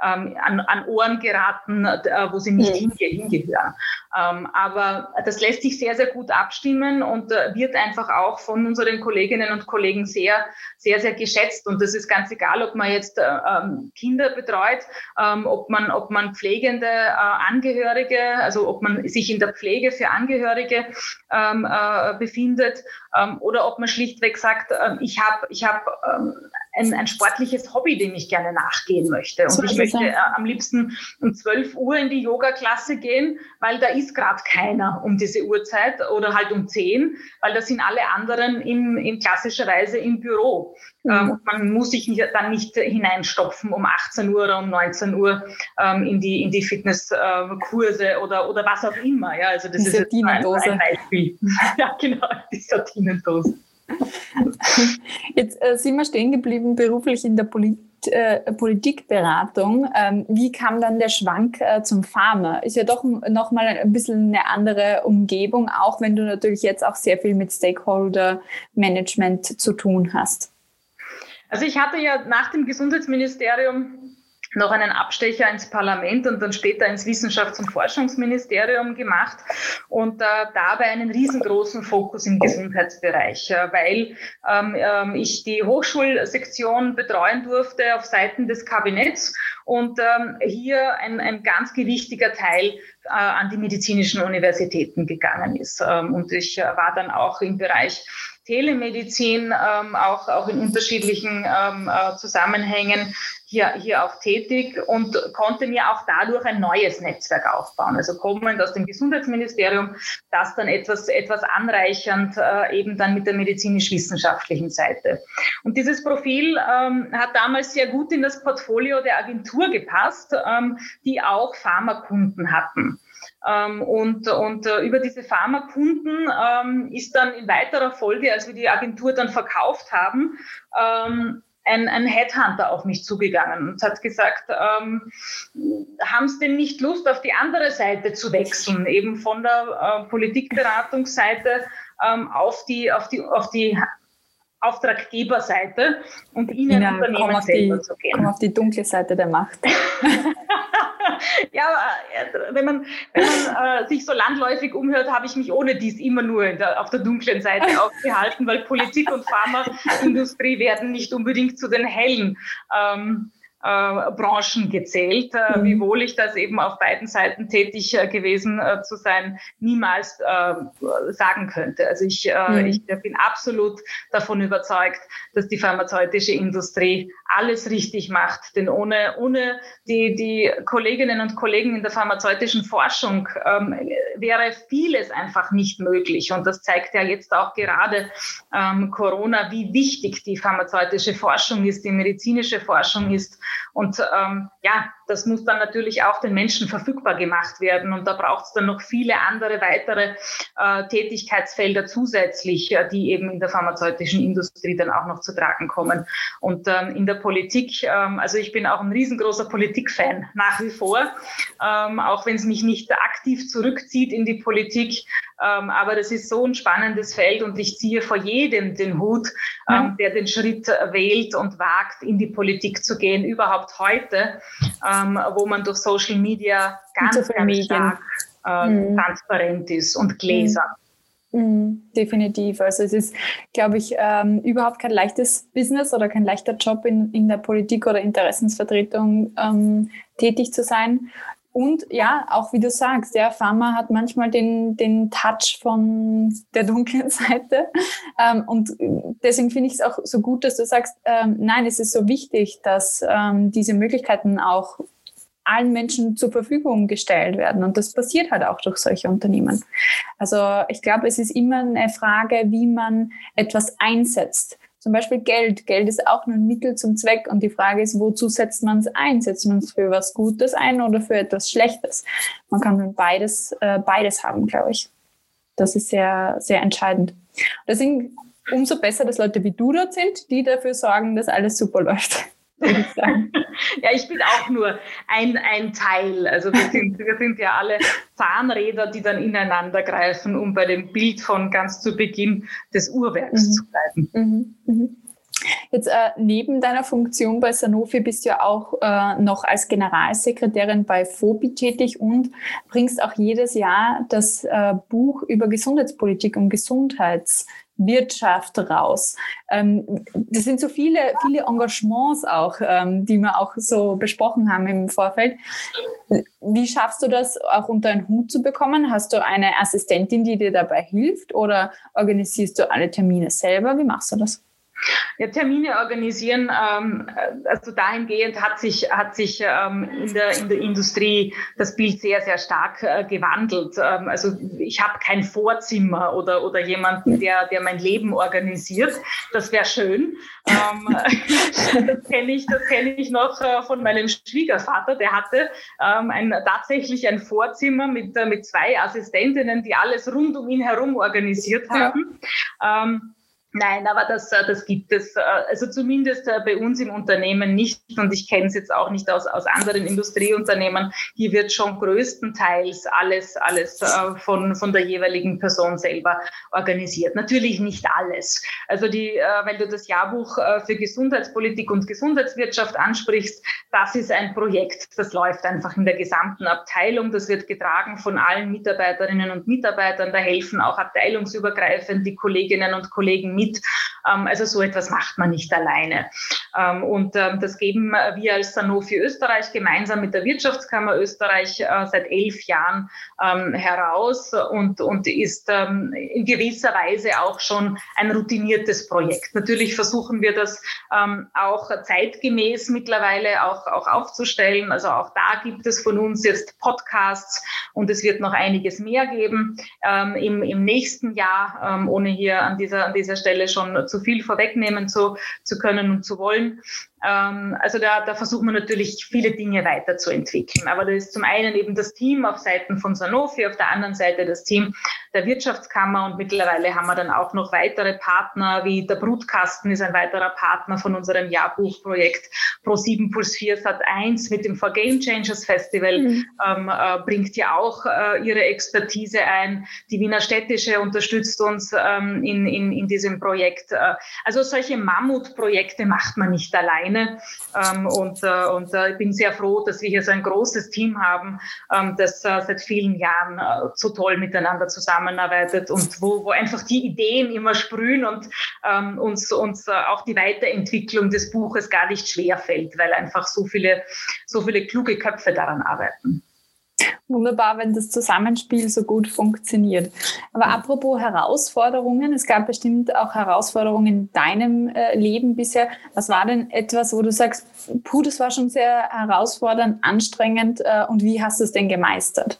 ähm, an, an Ohren geraten, äh, wo sie nicht mhm. hinge- hingehören. Ähm, aber das lässt sich sehr, sehr gut abstimmen und äh, wird einfach auch von unseren Kolleginnen und Kollegen sehr, sehr, sehr geschätzt. Und das ist ganz egal, ob man jetzt äh, Kinder betreut, ähm, ob man, ob man pflegende äh, Angehörige, also ob man sich in der Pflege für Angehörige ähm, äh, befindet, ähm, oder ob man schlichtweg sagt, äh, ich habe ich hab, ähm, ein, ein sportliches Hobby, dem ich gerne nachgehen möchte. Und so ich möchte äh, am liebsten um zwölf Uhr in die Yoga-Klasse gehen, weil da ist gerade keiner um diese Uhrzeit oder halt um zehn, weil da sind alle anderen im, in klassischer Weise im Büro. Mhm. Ähm, man muss sich nicht, dann nicht hineinstopfen um achtzehn Uhr oder um neunzehn Uhr ähm, in die, in die Fitnesskurse äh, oder, oder was auch immer. Ja, also das die ist jetzt ein, ein Beispiel. Ja, genau, die Sardinendose. Jetzt äh, sind wir stehen geblieben beruflich in der Polit- äh, Politikberatung. Ähm, wie kam dann der Schwank äh, zum Pharma? Ist ja doch nochmal ein bisschen eine andere Umgebung, auch wenn du natürlich jetzt auch sehr viel mit Stakeholder-Management zu tun hast. Also ich hatte ja nach dem Gesundheitsministerium noch einen Abstecher ins Parlament und dann später ins Wissenschafts- und Forschungsministerium gemacht und äh, dabei einen riesengroßen Fokus im Gesundheitsbereich, äh, weil ähm, ich die Hochschulsektion betreuen durfte auf Seiten des Kabinetts und ähm, hier ein, ein ganz gewichtiger Teil äh, an die medizinischen Universitäten gegangen ist. Ähm, und ich äh, war dann auch im Bereich Telemedizin, ähm, auch, auch in unterschiedlichen ähm, äh, Zusammenhängen hier, hier auch tätig und konnte mir auch dadurch ein neues Netzwerk aufbauen. Also kommend aus dem Gesundheitsministerium, das dann etwas, etwas anreichernd äh, eben dann mit der medizinisch-wissenschaftlichen Seite. Und dieses Profil ähm, hat damals sehr gut in das Portfolio der Agentur gepasst, ähm, die auch Pharmakunden hatten. Ähm, und und äh, über diese Pharmakunden ähm, ist dann in weiterer Folge, als wir die Agentur dann verkauft haben, ähm, ein, ein Headhunter auf mich zugegangen und hat gesagt, ähm, haben Sie denn nicht Lust, auf die andere Seite zu wechseln, eben von der äh, Politikberatungsseite ähm, auf die auf die auf die Auftraggeberseite und Ihnen Ina, Unternehmen selber die, zu gehen. Komm auf die dunkle Seite der Macht. Ja, wenn man, wenn man äh, sich so landläufig umhört, habe ich mich ohne dies immer nur in der, auf der dunklen Seite aufgehalten, weil Politik und Pharmaindustrie werden nicht unbedingt zu den hellen ähm, äh, Branchen gezählt, äh, mhm. wiewohl ich das eben auf beiden Seiten tätig äh, gewesen äh, zu sein niemals äh, sagen könnte. Also ich, äh, mhm. ich bin absolut davon überzeugt, dass die pharmazeutische Industrie alles richtig macht, denn ohne, ohne die, die Kolleginnen und Kollegen in der pharmazeutischen Forschung ähm, wäre vieles einfach nicht möglich. Und das zeigt ja jetzt auch gerade ähm, Corona, wie wichtig die pharmazeutische Forschung ist, die medizinische Forschung ist. Und ähm, ja, das muss dann natürlich auch den Menschen verfügbar gemacht werden. Und da braucht es dann noch viele andere weitere äh, Tätigkeitsfelder zusätzlich, äh, die eben in der pharmazeutischen Industrie dann auch noch zu tragen kommen. Und ähm, in der Politik, ähm, also ich bin auch ein riesengroßer Politikfan nach wie vor, ähm, auch wenn es mich nicht aktiv zurückzieht in die Politik. Ähm, aber das ist so ein spannendes Feld und ich ziehe vor jedem den Hut, ähm, der den Schritt wählt und wagt, in die Politik zu gehen, überhaupt heute, ähm, wo man durch Social Media ganz, so ganz Medien. stark äh, mhm. transparent ist und gläsern. Mhm. Definitiv. Also es ist, glaube ich, ähm, überhaupt kein leichtes Business oder kein leichter Job in, in der Politik oder Interessensvertretung ähm, tätig zu sein. Und ja, auch wie du sagst, ja, Pharma hat manchmal den, den Touch von der dunklen Seite. Ähm, und deswegen finde ich es auch so gut, dass du sagst, ähm, nein, es ist so wichtig, dass ähm, diese Möglichkeiten auch allen Menschen zur Verfügung gestellt werden. Und das passiert halt auch durch solche Unternehmen. Also ich glaube, es ist immer eine Frage, wie man etwas einsetzt. Zum Beispiel Geld. Geld ist auch nur ein Mittel zum Zweck. Und die Frage ist, wozu setzt man es ein? Setzt man es für was Gutes ein oder für etwas Schlechtes? Man kann beides, äh, beides haben, glaube ich. Das ist sehr, sehr entscheidend. Deswegen umso besser, dass Leute wie du dort sind, die dafür sorgen, dass alles super läuft. Ich sagen. Ja, ich bin auch nur ein, ein Teil. Also wir sind, wir sind ja alle Zahnräder, die dann ineinander greifen, um bei dem Bild von ganz zu Beginn des Uhrwerks mhm. zu bleiben. Mhm. Mhm. Jetzt äh, neben deiner Funktion bei Sanofi bist du ja auch äh, noch als Generalsekretärin bei F O P I tätig und bringst auch jedes Jahr das äh, Buch über Gesundheitspolitik und Gesundheitswirtschaft raus. Ähm, das sind so viele, viele Engagements auch, ähm, die wir auch so besprochen haben im Vorfeld. Wie schaffst du das auch unter einen Hut zu bekommen? Hast du eine Assistentin, die dir dabei hilft, oder organisierst du alle Termine selber? Wie machst du das? Ja, Termine organisieren, ähm, also dahingehend hat sich, hat sich ähm, in, der, in der Industrie das Bild sehr, sehr stark äh, gewandelt. Ähm, also ich habe kein Vorzimmer oder, oder jemanden, der, der mein Leben organisiert. Das wäre schön. Ähm, das kenne ich, das kenne ich noch äh, von meinem Schwiegervater. Der hatte ähm, ein, tatsächlich ein Vorzimmer mit, äh, mit zwei Assistentinnen, die alles rund um ihn herum organisiert haben. Ja. Ähm, Nein, aber das, das gibt es, also zumindest bei uns im Unternehmen nicht, und ich kenne es jetzt auch nicht aus, aus anderen Industrieunternehmen. Hier wird schon größtenteils alles, alles von, von der jeweiligen Person selber organisiert. Natürlich nicht alles. Also die, weil du das Jahrbuch für Gesundheitspolitik und Gesundheitswirtschaft ansprichst, das ist ein Projekt, das läuft einfach in der gesamten Abteilung. Das wird getragen von allen Mitarbeiterinnen und Mitarbeitern. Da helfen auch abteilungsübergreifend die Kolleginnen und Kollegen mit. Also so etwas macht man nicht alleine. Und das geben wir als Sanofi Österreich gemeinsam mit der Wirtschaftskammer Österreich seit elf Jahren heraus und, und ist in gewisser Weise auch schon ein routiniertes Projekt. Natürlich versuchen wir das auch zeitgemäß mittlerweile auch, auch aufzustellen. Also auch da gibt es von uns jetzt Podcasts und es wird noch einiges mehr geben im, im nächsten Jahr, ohne hier an dieser, an dieser Stelle schon zu viel vorwegnehmen zu, zu können und zu wollen. Ähm, also da, da versuchen wir natürlich viele Dinge weiterzuentwickeln. Aber da ist zum einen eben das Team auf Seiten von Sanofi, auf der anderen Seite das Team der Wirtschaftskammer, und mittlerweile haben wir dann auch noch weitere Partner, wie der Brutkasten ist ein weiterer Partner von unserem Jahrbuchprojekt. ProSieben Puls vier Sat eins mit dem For Game Changers Festival mhm. ähm, äh, bringt ja auch äh, ihre Expertise ein. Die Wiener Städtische unterstützt uns ähm, in, in, in diesem Projekt. Also solche Mammutprojekte macht man nicht alleine. Ähm, und äh, und äh, ich bin sehr froh, dass wir hier so ein großes Team haben, ähm, das äh, seit vielen Jahren äh, so toll miteinander zusammenarbeitet und wo, wo einfach die Ideen immer sprühen und ähm, uns, uns äh, auch die Weiterentwicklung des Buches gar nicht schwerfällt, weil einfach so viele, so viele kluge Köpfe daran arbeiten. Wunderbar, wenn das Zusammenspiel so gut funktioniert. Aber apropos Herausforderungen, es gab bestimmt auch Herausforderungen in deinem äh, Leben bisher. Was war denn etwas, wo du sagst, puh, das war schon sehr herausfordernd, anstrengend äh, und wie hast du es denn gemeistert?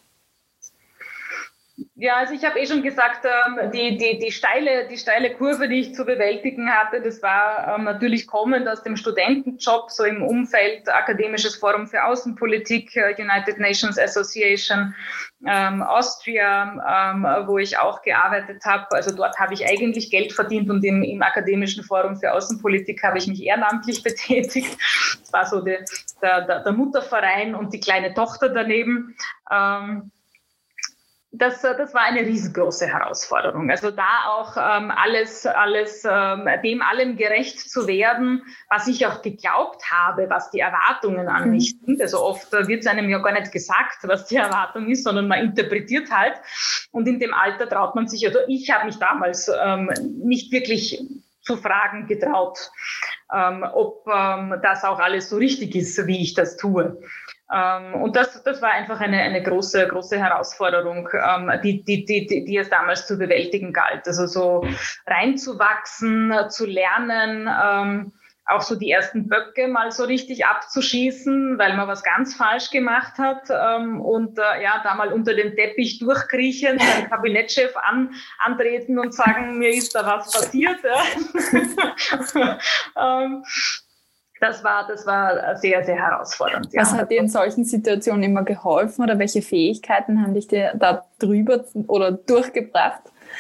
Ja, also ich habe eh schon gesagt, ähm, die, die, die, steile, die steile Kurve, die ich zu bewältigen hatte, das war ähm, natürlich kommend aus dem Studentenjob, so im Umfeld Akademisches Forum für Außenpolitik, äh, United Nations Association, ähm, Austria, ähm, wo ich auch gearbeitet habe. Also dort habe ich eigentlich Geld verdient und im, im Akademischen Forum für Außenpolitik habe ich mich ehrenamtlich betätigt. Das war so die, der, der, der Mutterverein und die kleine Tochter daneben. Ähm, Das, das war eine riesengroße Herausforderung. Also da auch ähm, alles, alles ähm, dem allem gerecht zu werden, was ich auch geglaubt habe, was die Erwartungen an mich sind. Also oft wird es einem ja gar nicht gesagt, was die Erwartung ist, sondern man interpretiert halt. Und in dem Alter traut man sich, oder ich habe mich damals ähm, nicht wirklich zu fragen getraut, ähm, ob ähm, das auch alles so richtig ist, wie ich das tue. Ähm, und das, das war einfach eine, eine große, große Herausforderung, ähm, die, die, die, die, die es damals zu bewältigen galt. Also so reinzuwachsen, zu lernen, ähm, auch so die ersten Böcke mal so richtig abzuschießen, weil man was ganz falsch gemacht hat, ähm, und äh, ja, da mal unter den Teppich durchkriechen, seinen Kabinettschef an, antreten und sagen, mir ist da was passiert. Ja. ähm, Das war, das war sehr, sehr herausfordernd. Was ja. hat dir in solchen Situationen immer geholfen oder welche Fähigkeiten haben dich dir da drüber oder durchgebracht?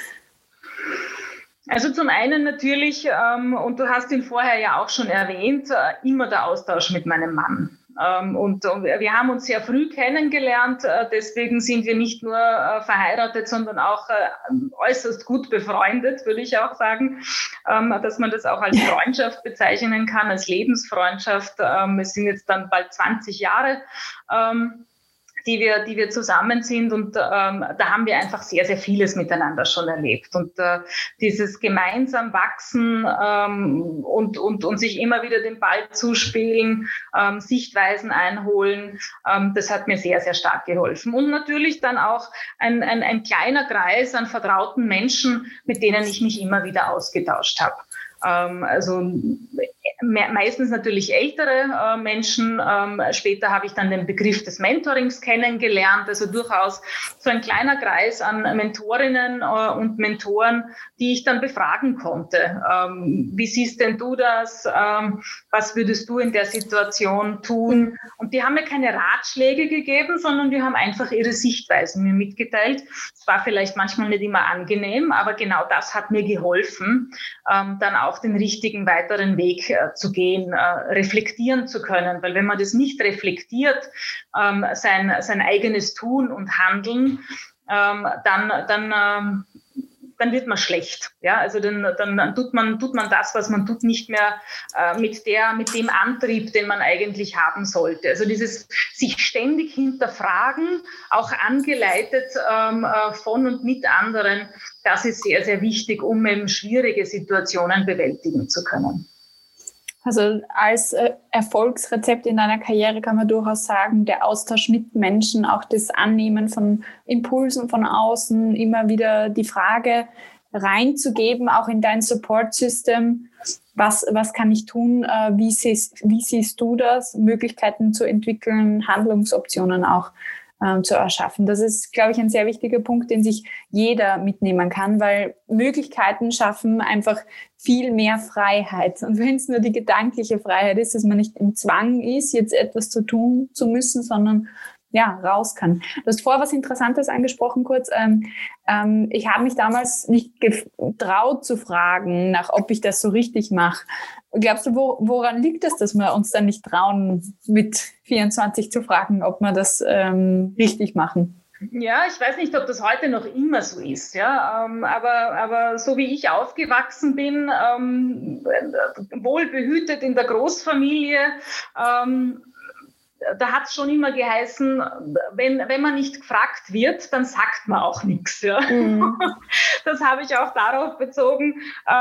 Also zum einen natürlich, ähm, und du hast ihn vorher ja auch schon erwähnt, äh, immer der Austausch mit meinem Mann. Ähm, und, und wir haben uns sehr früh kennengelernt, äh, deswegen sind wir nicht nur äh, verheiratet, sondern auch äh, äußerst gut befreundet, würde ich auch sagen, ähm, dass man das auch als Freundschaft bezeichnen kann, als Lebensfreundschaft. Ähm, es sind jetzt dann bald zwanzig Jahre, ähm, die wir, die wir zusammen sind, und ähm, da haben wir einfach sehr, sehr vieles miteinander schon erlebt. Und äh, dieses gemeinsam wachsen ähm, und, und, und sich immer wieder den Ball zuspielen, ähm, Sichtweisen einholen, ähm, das hat mir sehr, sehr stark geholfen. Und natürlich dann auch ein, ein, ein kleiner Kreis an vertrauten Menschen, mit denen ich mich immer wieder ausgetauscht habe. Ähm, also me- meistens natürlich ältere äh, Menschen. Ähm, später habe ich dann den Begriff des Mentorings kennengelernt, also durchaus so ein kleiner Kreis an Mentorinnen äh, und Mentoren, die ich dann befragen konnte. Ähm, wie siehst denn du das? Ähm, was würdest du in der Situation tun? Und die haben mir keine Ratschläge gegeben, sondern die haben einfach ihre Sichtweisen mir mitgeteilt. Es war vielleicht manchmal nicht immer angenehm, aber genau das hat mir geholfen, ähm, dann auch den richtigen weiteren Weg äh, zu gehen, äh, reflektieren zu können. Weil wenn man das nicht reflektiert, ähm, sein, sein eigenes Tun und Handeln, ähm, dann, dann, ähm, dann wird man schlecht. Ja, also dann, dann, dann tut man, tut man das, was man tut, nicht mehr äh, mit der, mit dem Antrieb, den man eigentlich haben sollte. Also dieses sich ständig hinterfragen, auch angeleitet ähm, äh, von und mit anderen, das ist sehr, sehr wichtig, um eben schwierige Situationen bewältigen zu können. Also als äh, Erfolgsrezept in deiner Karriere kann man durchaus sagen, der Austausch mit Menschen, auch das Annehmen von Impulsen von außen, immer wieder die Frage reinzugeben, auch in dein Support-System, was, was kann ich tun, äh, wie, siehst, wie siehst du das, Möglichkeiten zu entwickeln, Handlungsoptionen auch ähm, zu erschaffen. Das ist, glaube ich, ein sehr wichtiger Punkt, den sich jeder mitnehmen kann, weil Möglichkeiten schaffen einfach viel mehr Freiheit. Und wenn es nur die gedankliche Freiheit ist, dass man nicht im Zwang ist, jetzt etwas zu tun zu müssen, sondern ja, raus kann. Du hast vorher was Interessantes angesprochen kurz. Ähm, ähm, ich habe mich damals nicht getraut zu fragen, nach ob ich das so richtig mache. Glaubst du, wo, woran liegt es, dass wir uns dann nicht trauen, mit vierundzwanzig zu fragen, ob wir das ähm, richtig machen? Ja, ich weiß nicht, ob das heute noch immer so ist, ja, ähm, aber, aber so wie ich aufgewachsen bin, ähm, wohlbehütet in der Großfamilie, ähm, da hat es schon immer geheißen, wenn, wenn man nicht gefragt wird, dann sagt man auch nichts. Ja. Mhm. Das habe ich auch darauf bezogen,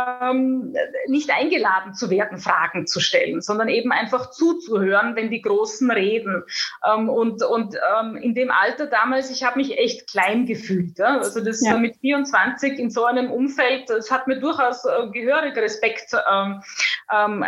ähm, nicht eingeladen zu werden, Fragen zu stellen, sondern eben einfach zuzuhören, wenn die Großen reden. Ähm, und und ähm, in dem Alter damals, ich habe mich echt klein gefühlt. Ja. Also das ja. Mit vierundzwanzig in so einem Umfeld, das hat mir durchaus äh, gehörig Respekt, ähm, ähm,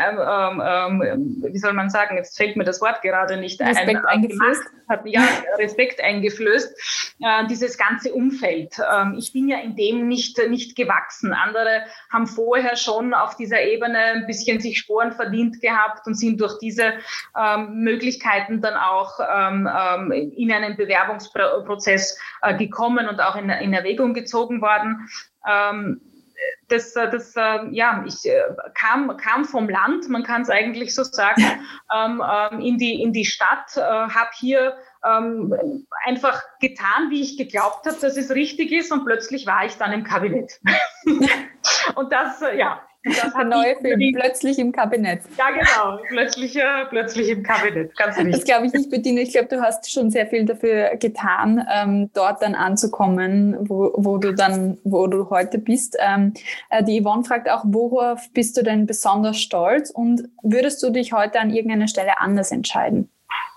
ähm, wie soll man sagen, jetzt fällt mir das Wort gerade nicht ein. Respekt eingeflößt? Hat, ja, Respekt eingeflößt, äh, dieses ganze Umfeld. Ähm, ich bin ja in dem nicht, nicht gewachsen. Andere haben vorher schon auf dieser Ebene ein bisschen sich Sporen verdient gehabt und sind durch diese ähm, Möglichkeiten dann auch ähm, ähm, in einen Bewerbungsprozess äh, gekommen und auch in, in Erwägung gezogen worden. Ähm, Das, das, ja, ich kam, kam vom Land, man kann es eigentlich so sagen, ähm, in die, in die Stadt, äh, habe hier ähm, einfach getan, wie ich geglaubt habe, dass es richtig ist, und plötzlich war ich dann im Kabinett. Und das, ja. Das hat neue Film, plötzlich im Kabinett. Ja, genau, plötzlich, äh, plötzlich im Kabinett, ganz richtig. Das glaube ich nicht, Bettina. Ich glaube, du hast schon sehr viel dafür getan, ähm, dort dann anzukommen, wo, wo du dann, wo du heute bist. Ähm, äh, die Yvonne fragt auch, worauf bist du denn besonders stolz, und würdest du dich heute an irgendeiner Stelle anders entscheiden?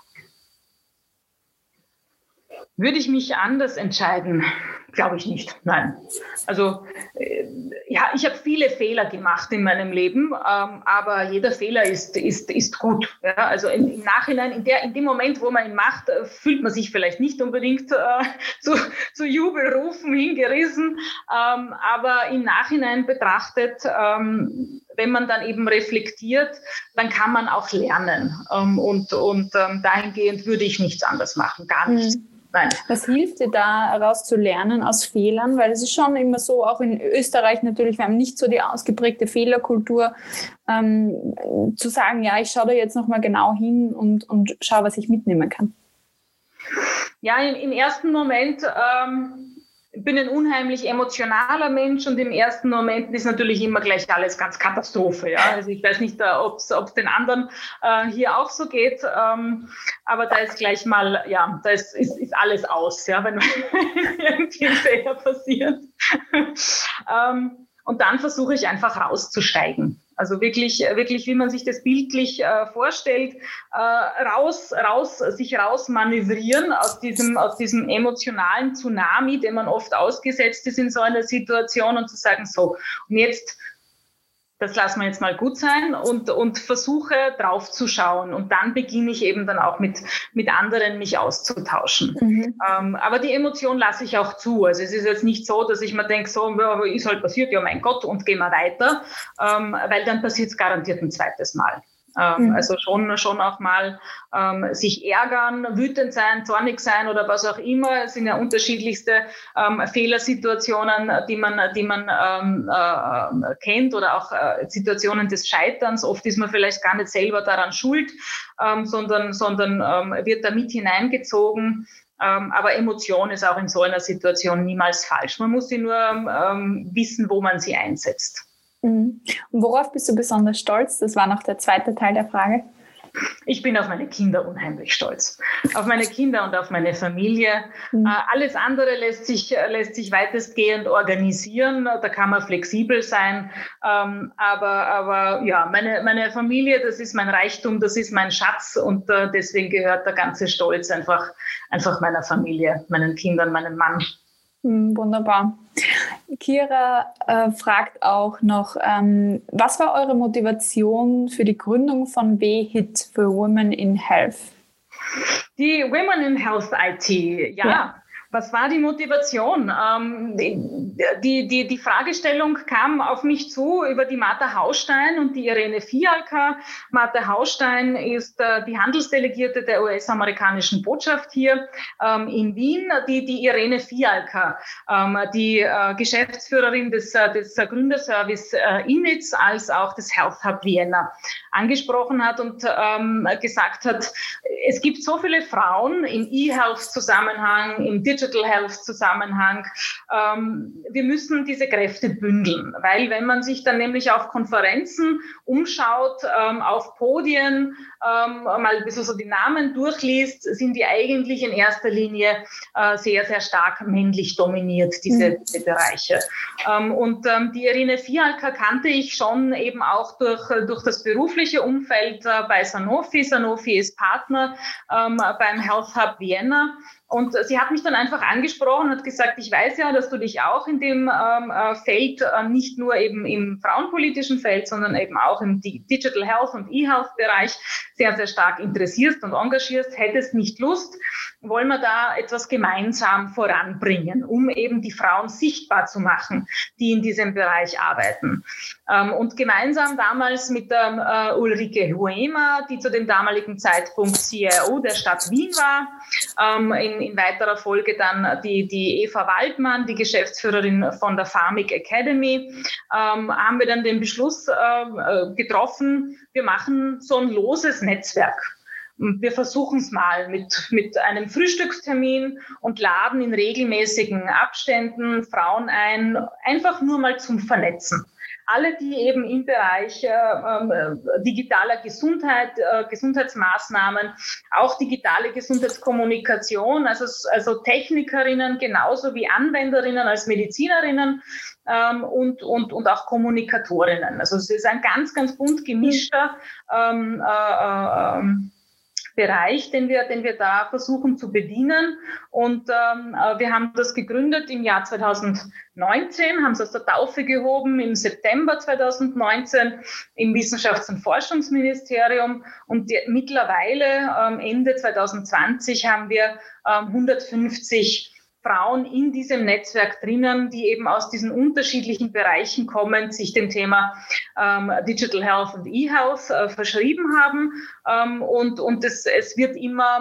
Würde ich mich anders entscheiden? Glaube ich nicht, nein. Also äh, ja, ich habe viele Fehler gemacht in meinem Leben, ähm, aber jeder Fehler ist, ist, ist gut. Ja? Also im, im Nachhinein, in, der, in dem Moment, wo man ihn macht, äh, fühlt man sich vielleicht nicht unbedingt äh, zu, zu Jubelrufen hingerissen, ähm, aber im Nachhinein betrachtet, ähm, wenn man dann eben reflektiert, dann kann man auch lernen. Ähm, und und ähm, dahingehend würde ich nichts anders machen, gar nichts. Mhm. nein. Was hilft dir da, daraus zu lernen aus Fehlern? Weil es ist schon immer so, auch in Österreich natürlich, wir haben nicht so die ausgeprägte Fehlerkultur, ähm, zu sagen, ja, ich schaue da jetzt nochmal genau hin und, und schaue, was ich mitnehmen kann. Ja, im, im ersten Moment ähm, ich bin ein unheimlich emotionaler Mensch und im ersten Moment ist natürlich immer gleich alles ganz Katastrophe. Ja? Also ich weiß nicht, ob es den anderen äh, hier auch so geht, ähm, aber da ist gleich mal, ja, da ist, ist, ist alles aus, ja, wenn irgendwie ein Fehler passiert. ähm, und dann versuche ich einfach rauszusteigen. Also wirklich, wirklich, wie man sich das bildlich äh, vorstellt, äh, raus, raus, sich rausmanövrieren aus diesem, aus diesem emotionalen Tsunami, dem man oft ausgesetzt ist in so einer Situation und zu sagen, so, und jetzt, das lassen wir jetzt mal gut sein und, und versuche drauf zu schauen. Und dann beginne ich eben dann auch mit, mit anderen mich auszutauschen. Mhm. Ähm, aber die Emotion lasse ich auch zu. Also es ist jetzt nicht so, dass ich mir denke, so, ja, ist halt passiert, ja mein Gott, und gehen wir weiter, ähm, weil dann passiert es garantiert ein zweites Mal. Ähm, mhm. Also schon, schon auch mal ähm, sich ärgern, wütend sein, zornig sein oder was auch immer. Es sind ja unterschiedlichste ähm, Fehlersituationen, die man, die man ähm, äh, kennt oder auch äh, Situationen des Scheiterns. Oft ist man vielleicht gar nicht selber daran schuld, ähm, sondern, sondern ähm, wird da mit hineingezogen. Ähm, aber Emotion ist auch in so einer Situation niemals falsch. Man muss sie nur ähm, wissen, wo man sie einsetzt. Und worauf bist du besonders stolz? Das war noch der zweite Teil der Frage. Ich bin auf meine Kinder unheimlich stolz. Auf meine Kinder und auf meine Familie. Mhm. Äh, alles andere lässt sich, lässt sich weitestgehend organisieren. Da kann man flexibel sein. Ähm, aber, aber ja, meine, meine Familie, das ist mein Reichtum, das ist mein Schatz. Und äh, deswegen gehört der ganze Stolz einfach, einfach meiner Familie, meinen Kindern, meinem Mann. Wunderbar. Kira äh, fragt auch noch, ähm, was war eure Motivation für die Gründung von W H I T, für Women in Health? Die Women in Health I T, ja. ja. Was war die Motivation? Ähm, die, die, die Fragestellung kam auf mich zu über die Martha Haustein und die Irene Fialka. Martha Haustein ist äh, die Handelsdelegierte der U S-amerikanischen Botschaft hier ähm, in Wien. Die, die Irene Fialka, ähm, die äh, Geschäftsführerin des, des Gründerservice äh, Inits als auch des Health Hub Vienna angesprochen hat und ähm, gesagt hat, es gibt so viele Frauen im E-Health-Zusammenhang, im Digital Health-Zusammenhang. Ähm, wir müssen diese Kräfte bündeln, weil wenn man sich dann nämlich auf Konferenzen umschaut, ähm, auf Podien, ähm, mal ein bisschen so die Namen durchliest, sind die eigentlich in erster Linie äh, sehr, sehr stark männlich dominiert, diese, mhm. diese Bereiche. Ähm, und ähm, die Irene Fialka kannte ich schon eben auch durch, durch das berufliche Umfeld äh, bei Sanofi. Sanofi ist Partner ähm, beim Health Hub Vienna. Und sie hat mich dann einfach angesprochen und hat gesagt, ich weiß ja, dass du dich auch in dem ähm, Feld, äh, nicht nur eben im frauenpolitischen Feld, sondern eben auch im Digital Health und E-Health-Bereich sehr, sehr stark interessierst und engagierst. Hättest nicht Lust, wollen wir da etwas gemeinsam voranbringen, um eben die Frauen sichtbar zu machen, die in diesem Bereich arbeiten. Ähm, und gemeinsam damals mit der äh, Ulrike Huema, die zu dem damaligen Zeitpunkt C I O der Stadt Wien war, ähm, in In weiterer Folge dann die, die Eva Waldmann, die Geschäftsführerin von der Pharmic Academy, ähm, haben wir dann den Beschluss äh, getroffen, wir machen so ein loses Netzwerk. Wir versuchen es mal mit, mit einem Frühstückstermin und laden in regelmäßigen Abständen Frauen ein, einfach nur mal zum Vernetzen. Alle, die eben im Bereich äh, digitaler Gesundheit, äh, Gesundheitsmaßnahmen, auch digitale Gesundheitskommunikation, also, also Technikerinnen genauso wie Anwenderinnen als Medizinerinnen ähm, und, und, und auch Kommunikatorinnen. Also es ist ein ganz, ganz bunt gemischter ähm, äh, äh, Bereich, den wir, den wir da versuchen zu bedienen. Und ähm, wir haben das gegründet im Jahr zweitausendneunzehn, haben es aus der Taufe gehoben im September zweitausendneunzehn im Wissenschafts- und Forschungsministerium. Und die, mittlerweile, ähm, Ende zweitausendzwanzig, haben wir ähm, hundertfünfzig Frauen in diesem Netzwerk drinnen, die eben aus diesen unterschiedlichen Bereichen kommen, sich dem Thema ähm, Digital Health und E-Health äh, verschrieben haben. Ähm, und und es, es wird immer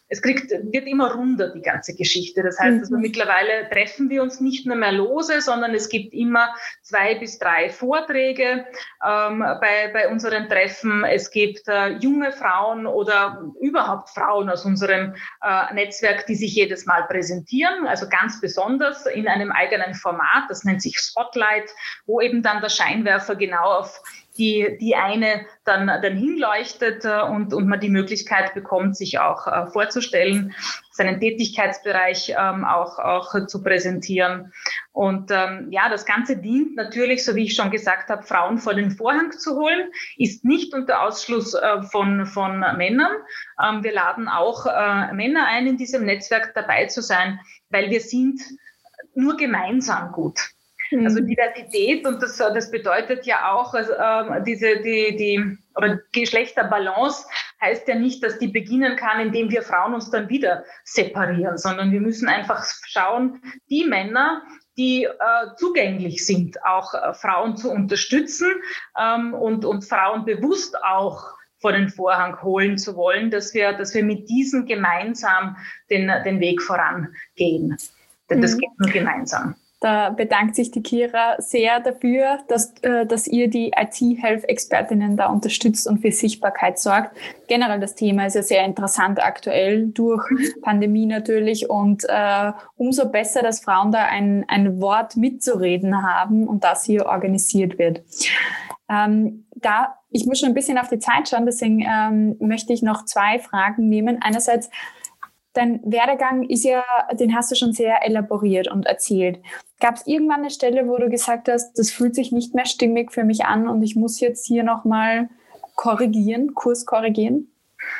es kriegt, wird immer runder, die ganze Geschichte. Das heißt, also mittlerweile treffen wir uns nicht nur mehr lose, sondern es gibt immer zwei bis drei Vorträge ähm, bei, bei unseren Treffen. Es gibt äh, junge Frauen oder überhaupt Frauen aus unserem äh, Netzwerk, die sich jedes Mal präsentieren, also ganz besonders in einem eigenen Format, das nennt sich Spotlight, wo eben dann der Scheinwerfer genau auf die, die eine dann, dann hinleuchtet äh, und, und man die Möglichkeit bekommt, sich auch äh, vorzustellen, seinen Tätigkeitsbereich ähm, auch, auch zu präsentieren. Und ähm, ja, das Ganze dient natürlich, so wie ich schon gesagt habe, Frauen vor den Vorhang zu holen, ist nicht unter Ausschluss äh, von, von Männern. Ähm, wir laden auch äh, Männer ein, in diesem Netzwerk dabei zu sein, weil wir sind nur gemeinsam gut. Also Diversität, und das, das bedeutet ja auch, also, ähm, diese, die, die, oder Geschlechterbalance heißt ja nicht, dass die beginnen kann, indem wir Frauen uns dann wieder separieren, sondern wir müssen einfach schauen, die Männer, die äh, zugänglich sind, auch äh, Frauen zu unterstützen ähm, und, und Frauen bewusst auch vor den Vorhang holen zu wollen, dass wir, dass wir mit diesen gemeinsam den, den Weg vorangehen. Denn das geht nur gemeinsam. Da bedankt sich die Kira sehr dafür, dass, äh, dass ihr die I T-Health-Expertinnen da unterstützt und für Sichtbarkeit sorgt. Generell das Thema ist ja sehr interessant aktuell durch Pandemie natürlich und äh, umso besser, dass Frauen da ein, ein Wort mitzureden haben und das hier organisiert wird. Ähm, da, ich muss schon ein bisschen auf die Zeit schauen, deswegen ähm, möchte ich noch zwei Fragen nehmen. Einerseits, dein Werdegang ist ja, den hast du schon sehr elaboriert und erzählt. Gab es irgendwann eine Stelle, wo du gesagt hast, das fühlt sich nicht mehr stimmig für mich an und ich muss jetzt hier nochmal korrigieren, Kurs korrigieren?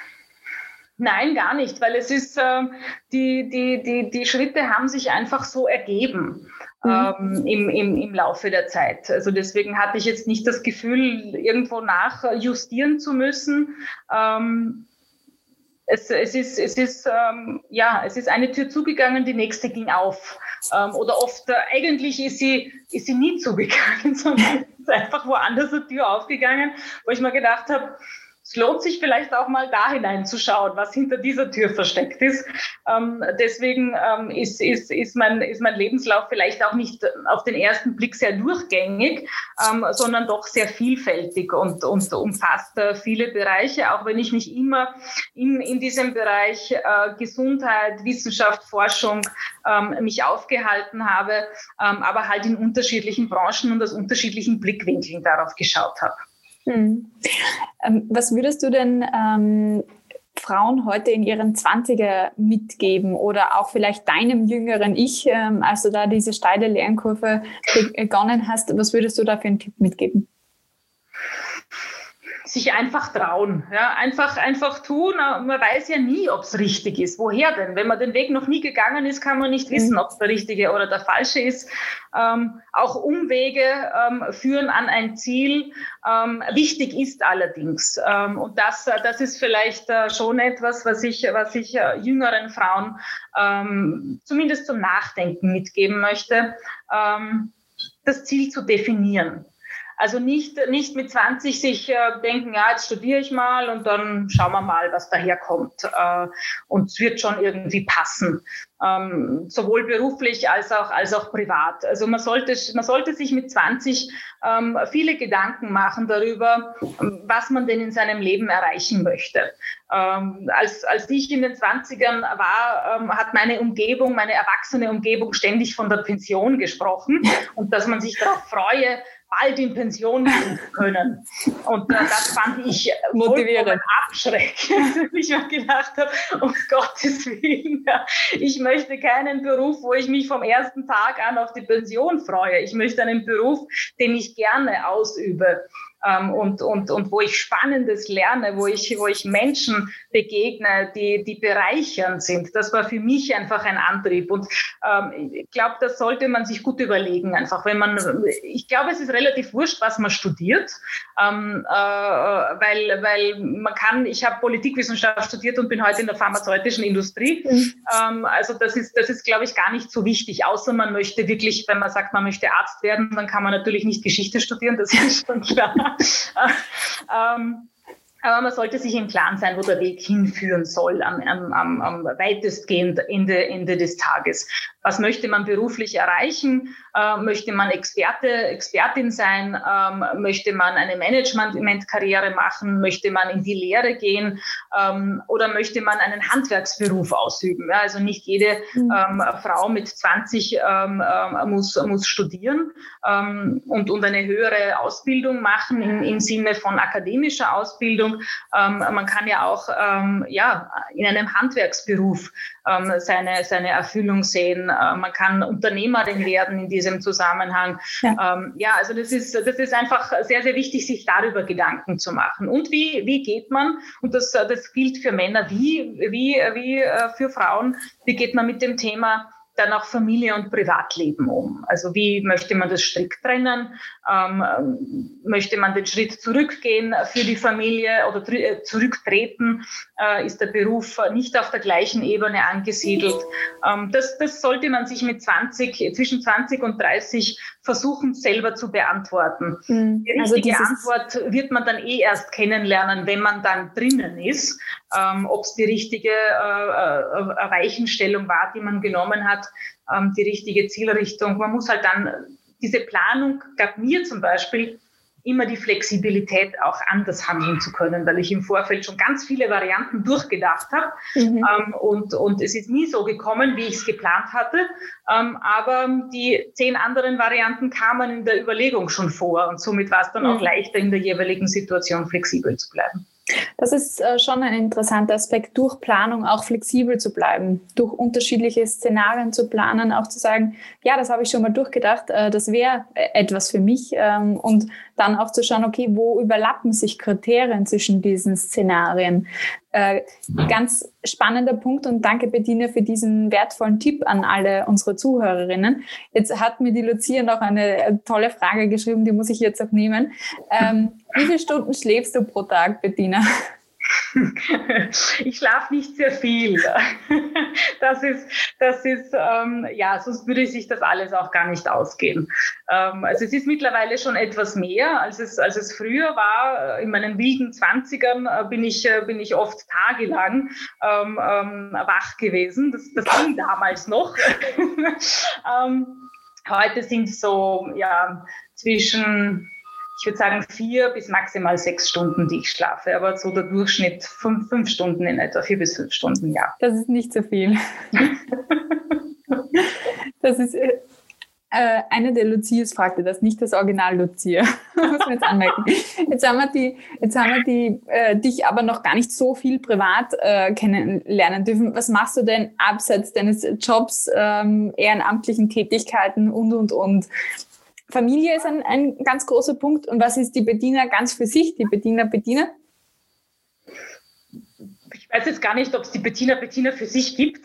Nein, gar nicht, weil es ist, äh, die, die, die, die Schritte haben sich einfach so ergeben. Mhm. Ähm, im, im, im Laufe der Zeit. Also deswegen hatte ich jetzt nicht das Gefühl, irgendwo nachjustieren zu müssen. Ähm, Es, es ist, es ist, ähm, ja, es ist eine Tür zugegangen, die nächste ging auf. Ähm, oder oft, äh, eigentlich ist sie, ist sie nie zugegangen, sondern es ist einfach woanders eine Tür aufgegangen, wo ich mir gedacht habe, es lohnt sich vielleicht auch mal da hineinzuschauen, was hinter dieser Tür versteckt ist. Ähm, deswegen ähm, ist, ist, ist, mein, ist mein Lebenslauf vielleicht auch nicht auf den ersten Blick sehr durchgängig, ähm, sondern doch sehr vielfältig und, und umfasst äh, viele Bereiche, auch wenn ich mich immer in, in diesem Bereich äh, Gesundheit, Wissenschaft, Forschung ähm, mich aufgehalten habe, ähm, aber halt in unterschiedlichen Branchen und aus unterschiedlichen Blickwinkeln darauf geschaut habe. Hm. Ähm, was würdest du denn ähm, Frauen heute in ihren Zwanziger mitgeben oder auch vielleicht deinem jüngeren Ich, ähm, als du da diese steile Lernkurve begonnen hast, was würdest du da für einen Tipp mitgeben? Sich einfach trauen, ja, einfach, einfach tun. Man weiß ja nie, ob es richtig ist. Woher denn? Wenn man den Weg noch nie gegangen ist, kann man nicht wissen, ob es der richtige oder der falsche ist. Ähm, auch Umwege ähm, führen an ein Ziel. Ähm, wichtig ist allerdings, ähm, und das, das ist vielleicht äh, schon etwas, was ich, was ich äh, jüngeren Frauen ähm, zumindest zum Nachdenken mitgeben möchte, ähm, das Ziel zu definieren. Also nicht, nicht mit zwanzig sich äh, denken, ja, jetzt studiere ich mal und dann schauen wir mal, was daherkommt. Äh, und es wird schon irgendwie passen, ähm, sowohl beruflich als auch, als auch privat. Also man sollte, man sollte sich mit zwanzig ähm, viele Gedanken machen darüber, was man denn in seinem Leben erreichen möchte. Ähm, als, als ich in den zwanzigern war, ähm, hat meine Umgebung, meine erwachsene Umgebung ständig von der Pension gesprochen und dass man sich darauf freue, bald in Pension gehen zu können. Und äh, das fand ich vollkommen abschreckend. Ich mir gedacht habe, um Gottes Willen, ja, ich möchte keinen Beruf, wo ich mich vom ersten Tag an auf die Pension freue. Ich möchte einen Beruf, den ich gerne ausübe. Ähm, und, und, und wo ich Spannendes lerne, wo ich, wo ich Menschen begegne, die, die bereichernd sind. Das war für mich einfach ein Antrieb. Und ähm, ich glaube, das sollte man sich gut überlegen. Einfach, wenn man, ich glaube, es ist relativ wurscht, was man studiert, ähm, äh, weil, weil man kann, ich habe Politikwissenschaft studiert und bin heute in der pharmazeutischen Industrie. Mhm. Ähm, also das ist, das ist, glaube ich, gar nicht so wichtig, außer man möchte wirklich, wenn man sagt, man möchte Arzt werden, dann kann man natürlich nicht Geschichte studieren, das ist schon klar. ähm, Aber man sollte sich im Klaren sein, wo der Weg hinführen soll am, am, am weitestgehend Ende, Ende des Tages. Was möchte man beruflich erreichen? Äh, möchte man Experte, Expertin sein? Ähm, möchte man eine Management-Karriere machen? Möchte man in die Lehre gehen? Ähm, oder möchte man einen Handwerksberuf ausüben? Ja, also nicht jede ähm, Frau mit zwanzig ähm, äh, muss, muss studieren ähm, und, und eine höhere Ausbildung machen im, im Sinne von akademischer Ausbildung. Ähm, man kann ja auch ähm, ja, in einem Handwerksberuf ähm, seine, seine Erfüllung sehen. Äh, man kann Unternehmerin werden in diesem Zusammenhang. Ja, ähm, ja also das ist, das ist einfach sehr, sehr wichtig, sich darüber Gedanken zu machen. Und wie, wie geht man, und das, das gilt für Männer wie, wie, wie äh, für Frauen, wie geht man mit dem Thema dann auch Familie und Privatleben um? Also wie möchte man das strikt trennen? Ähm, möchte man den Schritt zurückgehen für die Familie oder tr- zurücktreten? Äh, ist der Beruf nicht auf der gleichen Ebene angesiedelt? Ähm, das, das sollte man sich mit zwanzig, zwischen zwanzig und dreißig versuchen, selber zu beantworten. Mhm. Die richtige also Antwort wird man dann eh erst kennenlernen, wenn man dann drinnen ist. Ähm, ob es die richtige äh, Weichenstellung war, die man genommen hat, ähm, die richtige Zielrichtung. Man muss halt dann, diese Planung gab mir zum Beispiel immer die Flexibilität, auch anders handeln zu können, weil ich im Vorfeld schon ganz viele Varianten durchgedacht habe. Mhm. Ähm, und, und es ist nie so gekommen, wie ich es geplant hatte. Ähm, aber die zehn anderen Varianten kamen in der Überlegung schon vor. Und somit war es dann mhm. auch leichter, in der jeweiligen Situation flexibel zu bleiben. Das ist äh, schon ein interessanter Aspekt, durch Planung auch flexibel zu bleiben, durch unterschiedliche Szenarien zu planen, auch zu sagen, ja, das habe ich schon mal durchgedacht, äh, das wäre etwas für mich ähm, und dann auch zu schauen, okay, wo überlappen sich Kriterien zwischen diesen Szenarien? Äh, ganz spannender Punkt und danke Bettina für diesen wertvollen Tipp an alle unsere Zuhörerinnen. Jetzt hat mir die Lucia noch eine tolle Frage geschrieben, die muss ich jetzt auch nehmen. Ähm, wie viele Stunden schläfst du pro Tag, Bettina? Ich schlafe nicht sehr viel. Das ist, das ist, ähm, ja, sonst würde sich das alles auch gar nicht ausgehen. Ähm, also es ist mittlerweile schon etwas mehr, als es, als es früher war. In meinen wilden Zwanzigern äh, bin ich, äh, bin ich oft tagelang ähm, ähm, wach gewesen. Das, das ging damals noch. ähm, heute sind es so, ja, zwischen, ich würde sagen, vier bis maximal sechs Stunden, die ich schlafe. Aber so der Durchschnitt fünf, fünf Stunden in etwa, vier bis fünf Stunden, ja. Das ist nicht so viel. Das ist, äh, eine der Lucias fragte das, nicht das Original Lucia. Muss man jetzt anmerken. Jetzt haben wir, die, jetzt haben wir die, äh, dich aber noch gar nicht so viel privat äh, kennenlernen dürfen. Was machst du denn abseits deines Jobs, ähm, ehrenamtlichen Tätigkeiten und, und, und? Familie ist ein, ein ganz großer Punkt. Und was ist die Bettina ganz für sich, die Bettina Bettina? Ich weiß jetzt gar nicht, ob es die Bettina Bettina für sich gibt.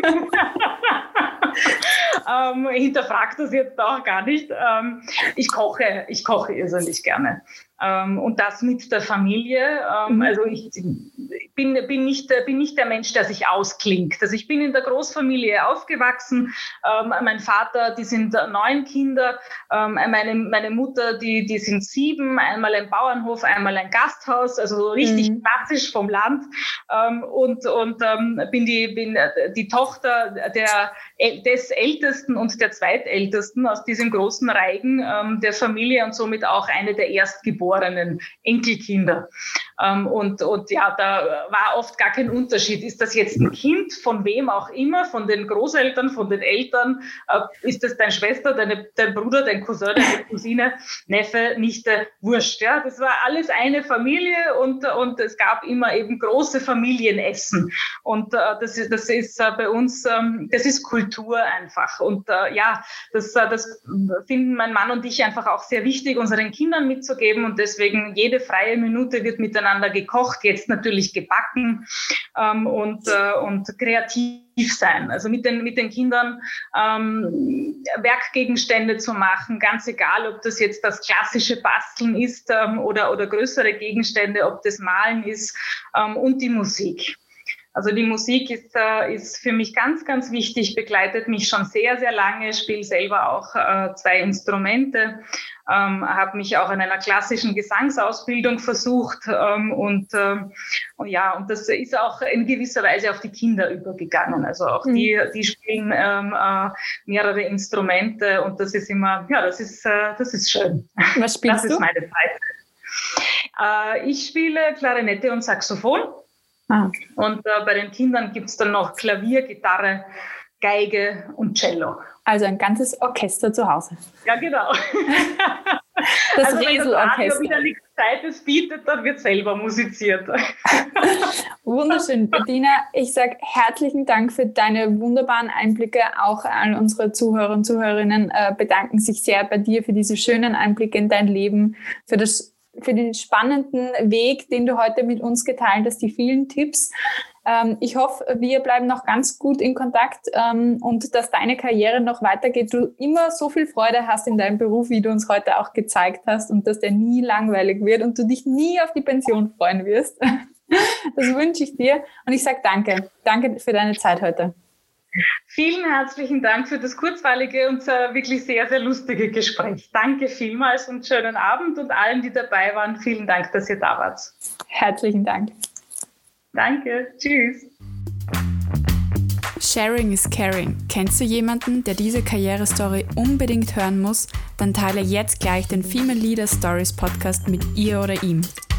ähm, hinterfragt das jetzt auch gar nicht. Ähm, ich koche, ich koche irrsinnig gerne. Ähm, und das mit der Familie. Ähm, mhm. Also ich bin, bin, nicht, bin nicht der Mensch, der sich ausklingt. Also ich bin in der Großfamilie aufgewachsen. Ähm, mein Vater, die sind neun Kinder. Ähm, meine, meine Mutter, die, die sind sieben. Einmal ein Bauernhof, einmal ein Gasthaus. Also so richtig mhm. klassisch vom Land. Ähm, und und ähm, bin, die, bin die Tochter der, des Ältesten und der Zweitältesten aus diesem großen Reigen ähm, der Familie und somit auch eine der Erstgeborenen Enkelkinder. Ähm, und, und ja, da war oft gar kein Unterschied. Ist das jetzt ein Kind von wem auch immer, von den Großeltern, von den Eltern? Äh, ist das deine Schwester, deine, dein Bruder, dein Cousin, deine Cousine, Neffe, Nichte, Wurscht? Ja, das war alles eine Familie und, und es gab immer eben große Familienessen. Und äh, das ist, das ist äh, bei uns, ähm, das ist Kultur einfach. Und äh, ja, das, äh, das finden mein Mann und ich einfach auch sehr wichtig, unseren Kindern mitzugeben. Und deswegen jede freie Minute wird miteinander gekocht, jetzt natürlich gebacken ähm, und, äh, und kreativ sein. Also mit den, mit den Kindern ähm, Werkgegenstände zu machen, ganz egal, ob das jetzt das klassische Basteln ist ähm, oder, oder größere Gegenstände, ob das Malen ist ähm, und die Musik. Also die Musik ist, äh, ist für mich ganz, ganz wichtig, begleitet mich schon sehr, sehr lange, spiele selber auch äh, zwei Instrumente, ähm, habe mich auch in einer klassischen Gesangsausbildung versucht ähm, und, äh, und ja, und das ist auch in gewisser Weise auf die Kinder übergegangen. Also auch mhm. die, die spielen ähm, äh, mehrere Instrumente und das ist immer, ja, das ist, äh, das ist schön. Was spielst du? Das ist meine Zeit. Äh, ich spiele Klarinette und Saxophon. Ah. Und äh, bei den Kindern gibt es dann noch Klavier, Gitarre, Geige und Cello. Also ein ganzes Orchester zu Hause. Ja, genau. Das also Resel-Orchester. Wenn das Radio wieder nichts Zweites bietet, dann wird selber musiziert. Wunderschön. Bettina, ich sage herzlichen Dank für deine wunderbaren Einblicke. Auch all unsere Zuhörer und Zuhörerinnen äh, bedanken sich sehr bei dir für diese schönen Einblicke in dein Leben, für das für den spannenden Weg, den du heute mit uns geteilt hast, die vielen Tipps. Ähm, ich hoffe, wir bleiben noch ganz gut in Kontakt ähm, und dass deine Karriere noch weitergeht. Du immer so viel Freude hast in deinem Beruf, wie du uns heute auch gezeigt hast und dass der nie langweilig wird und du dich nie auf die Pension freuen wirst. Das wünsche ich dir und ich sage danke. Danke für deine Zeit heute. Vielen herzlichen Dank für das kurzweilige und äh, wirklich sehr, sehr lustige Gespräch. Danke vielmals und schönen Abend und allen, die dabei waren. Vielen Dank, dass ihr da wart. Herzlichen Dank. Danke. Tschüss. Sharing is caring. Kennst du jemanden, der diese Karrierestory unbedingt hören muss? Dann teile jetzt gleich den Female Leader Stories Podcast mit ihr oder ihm.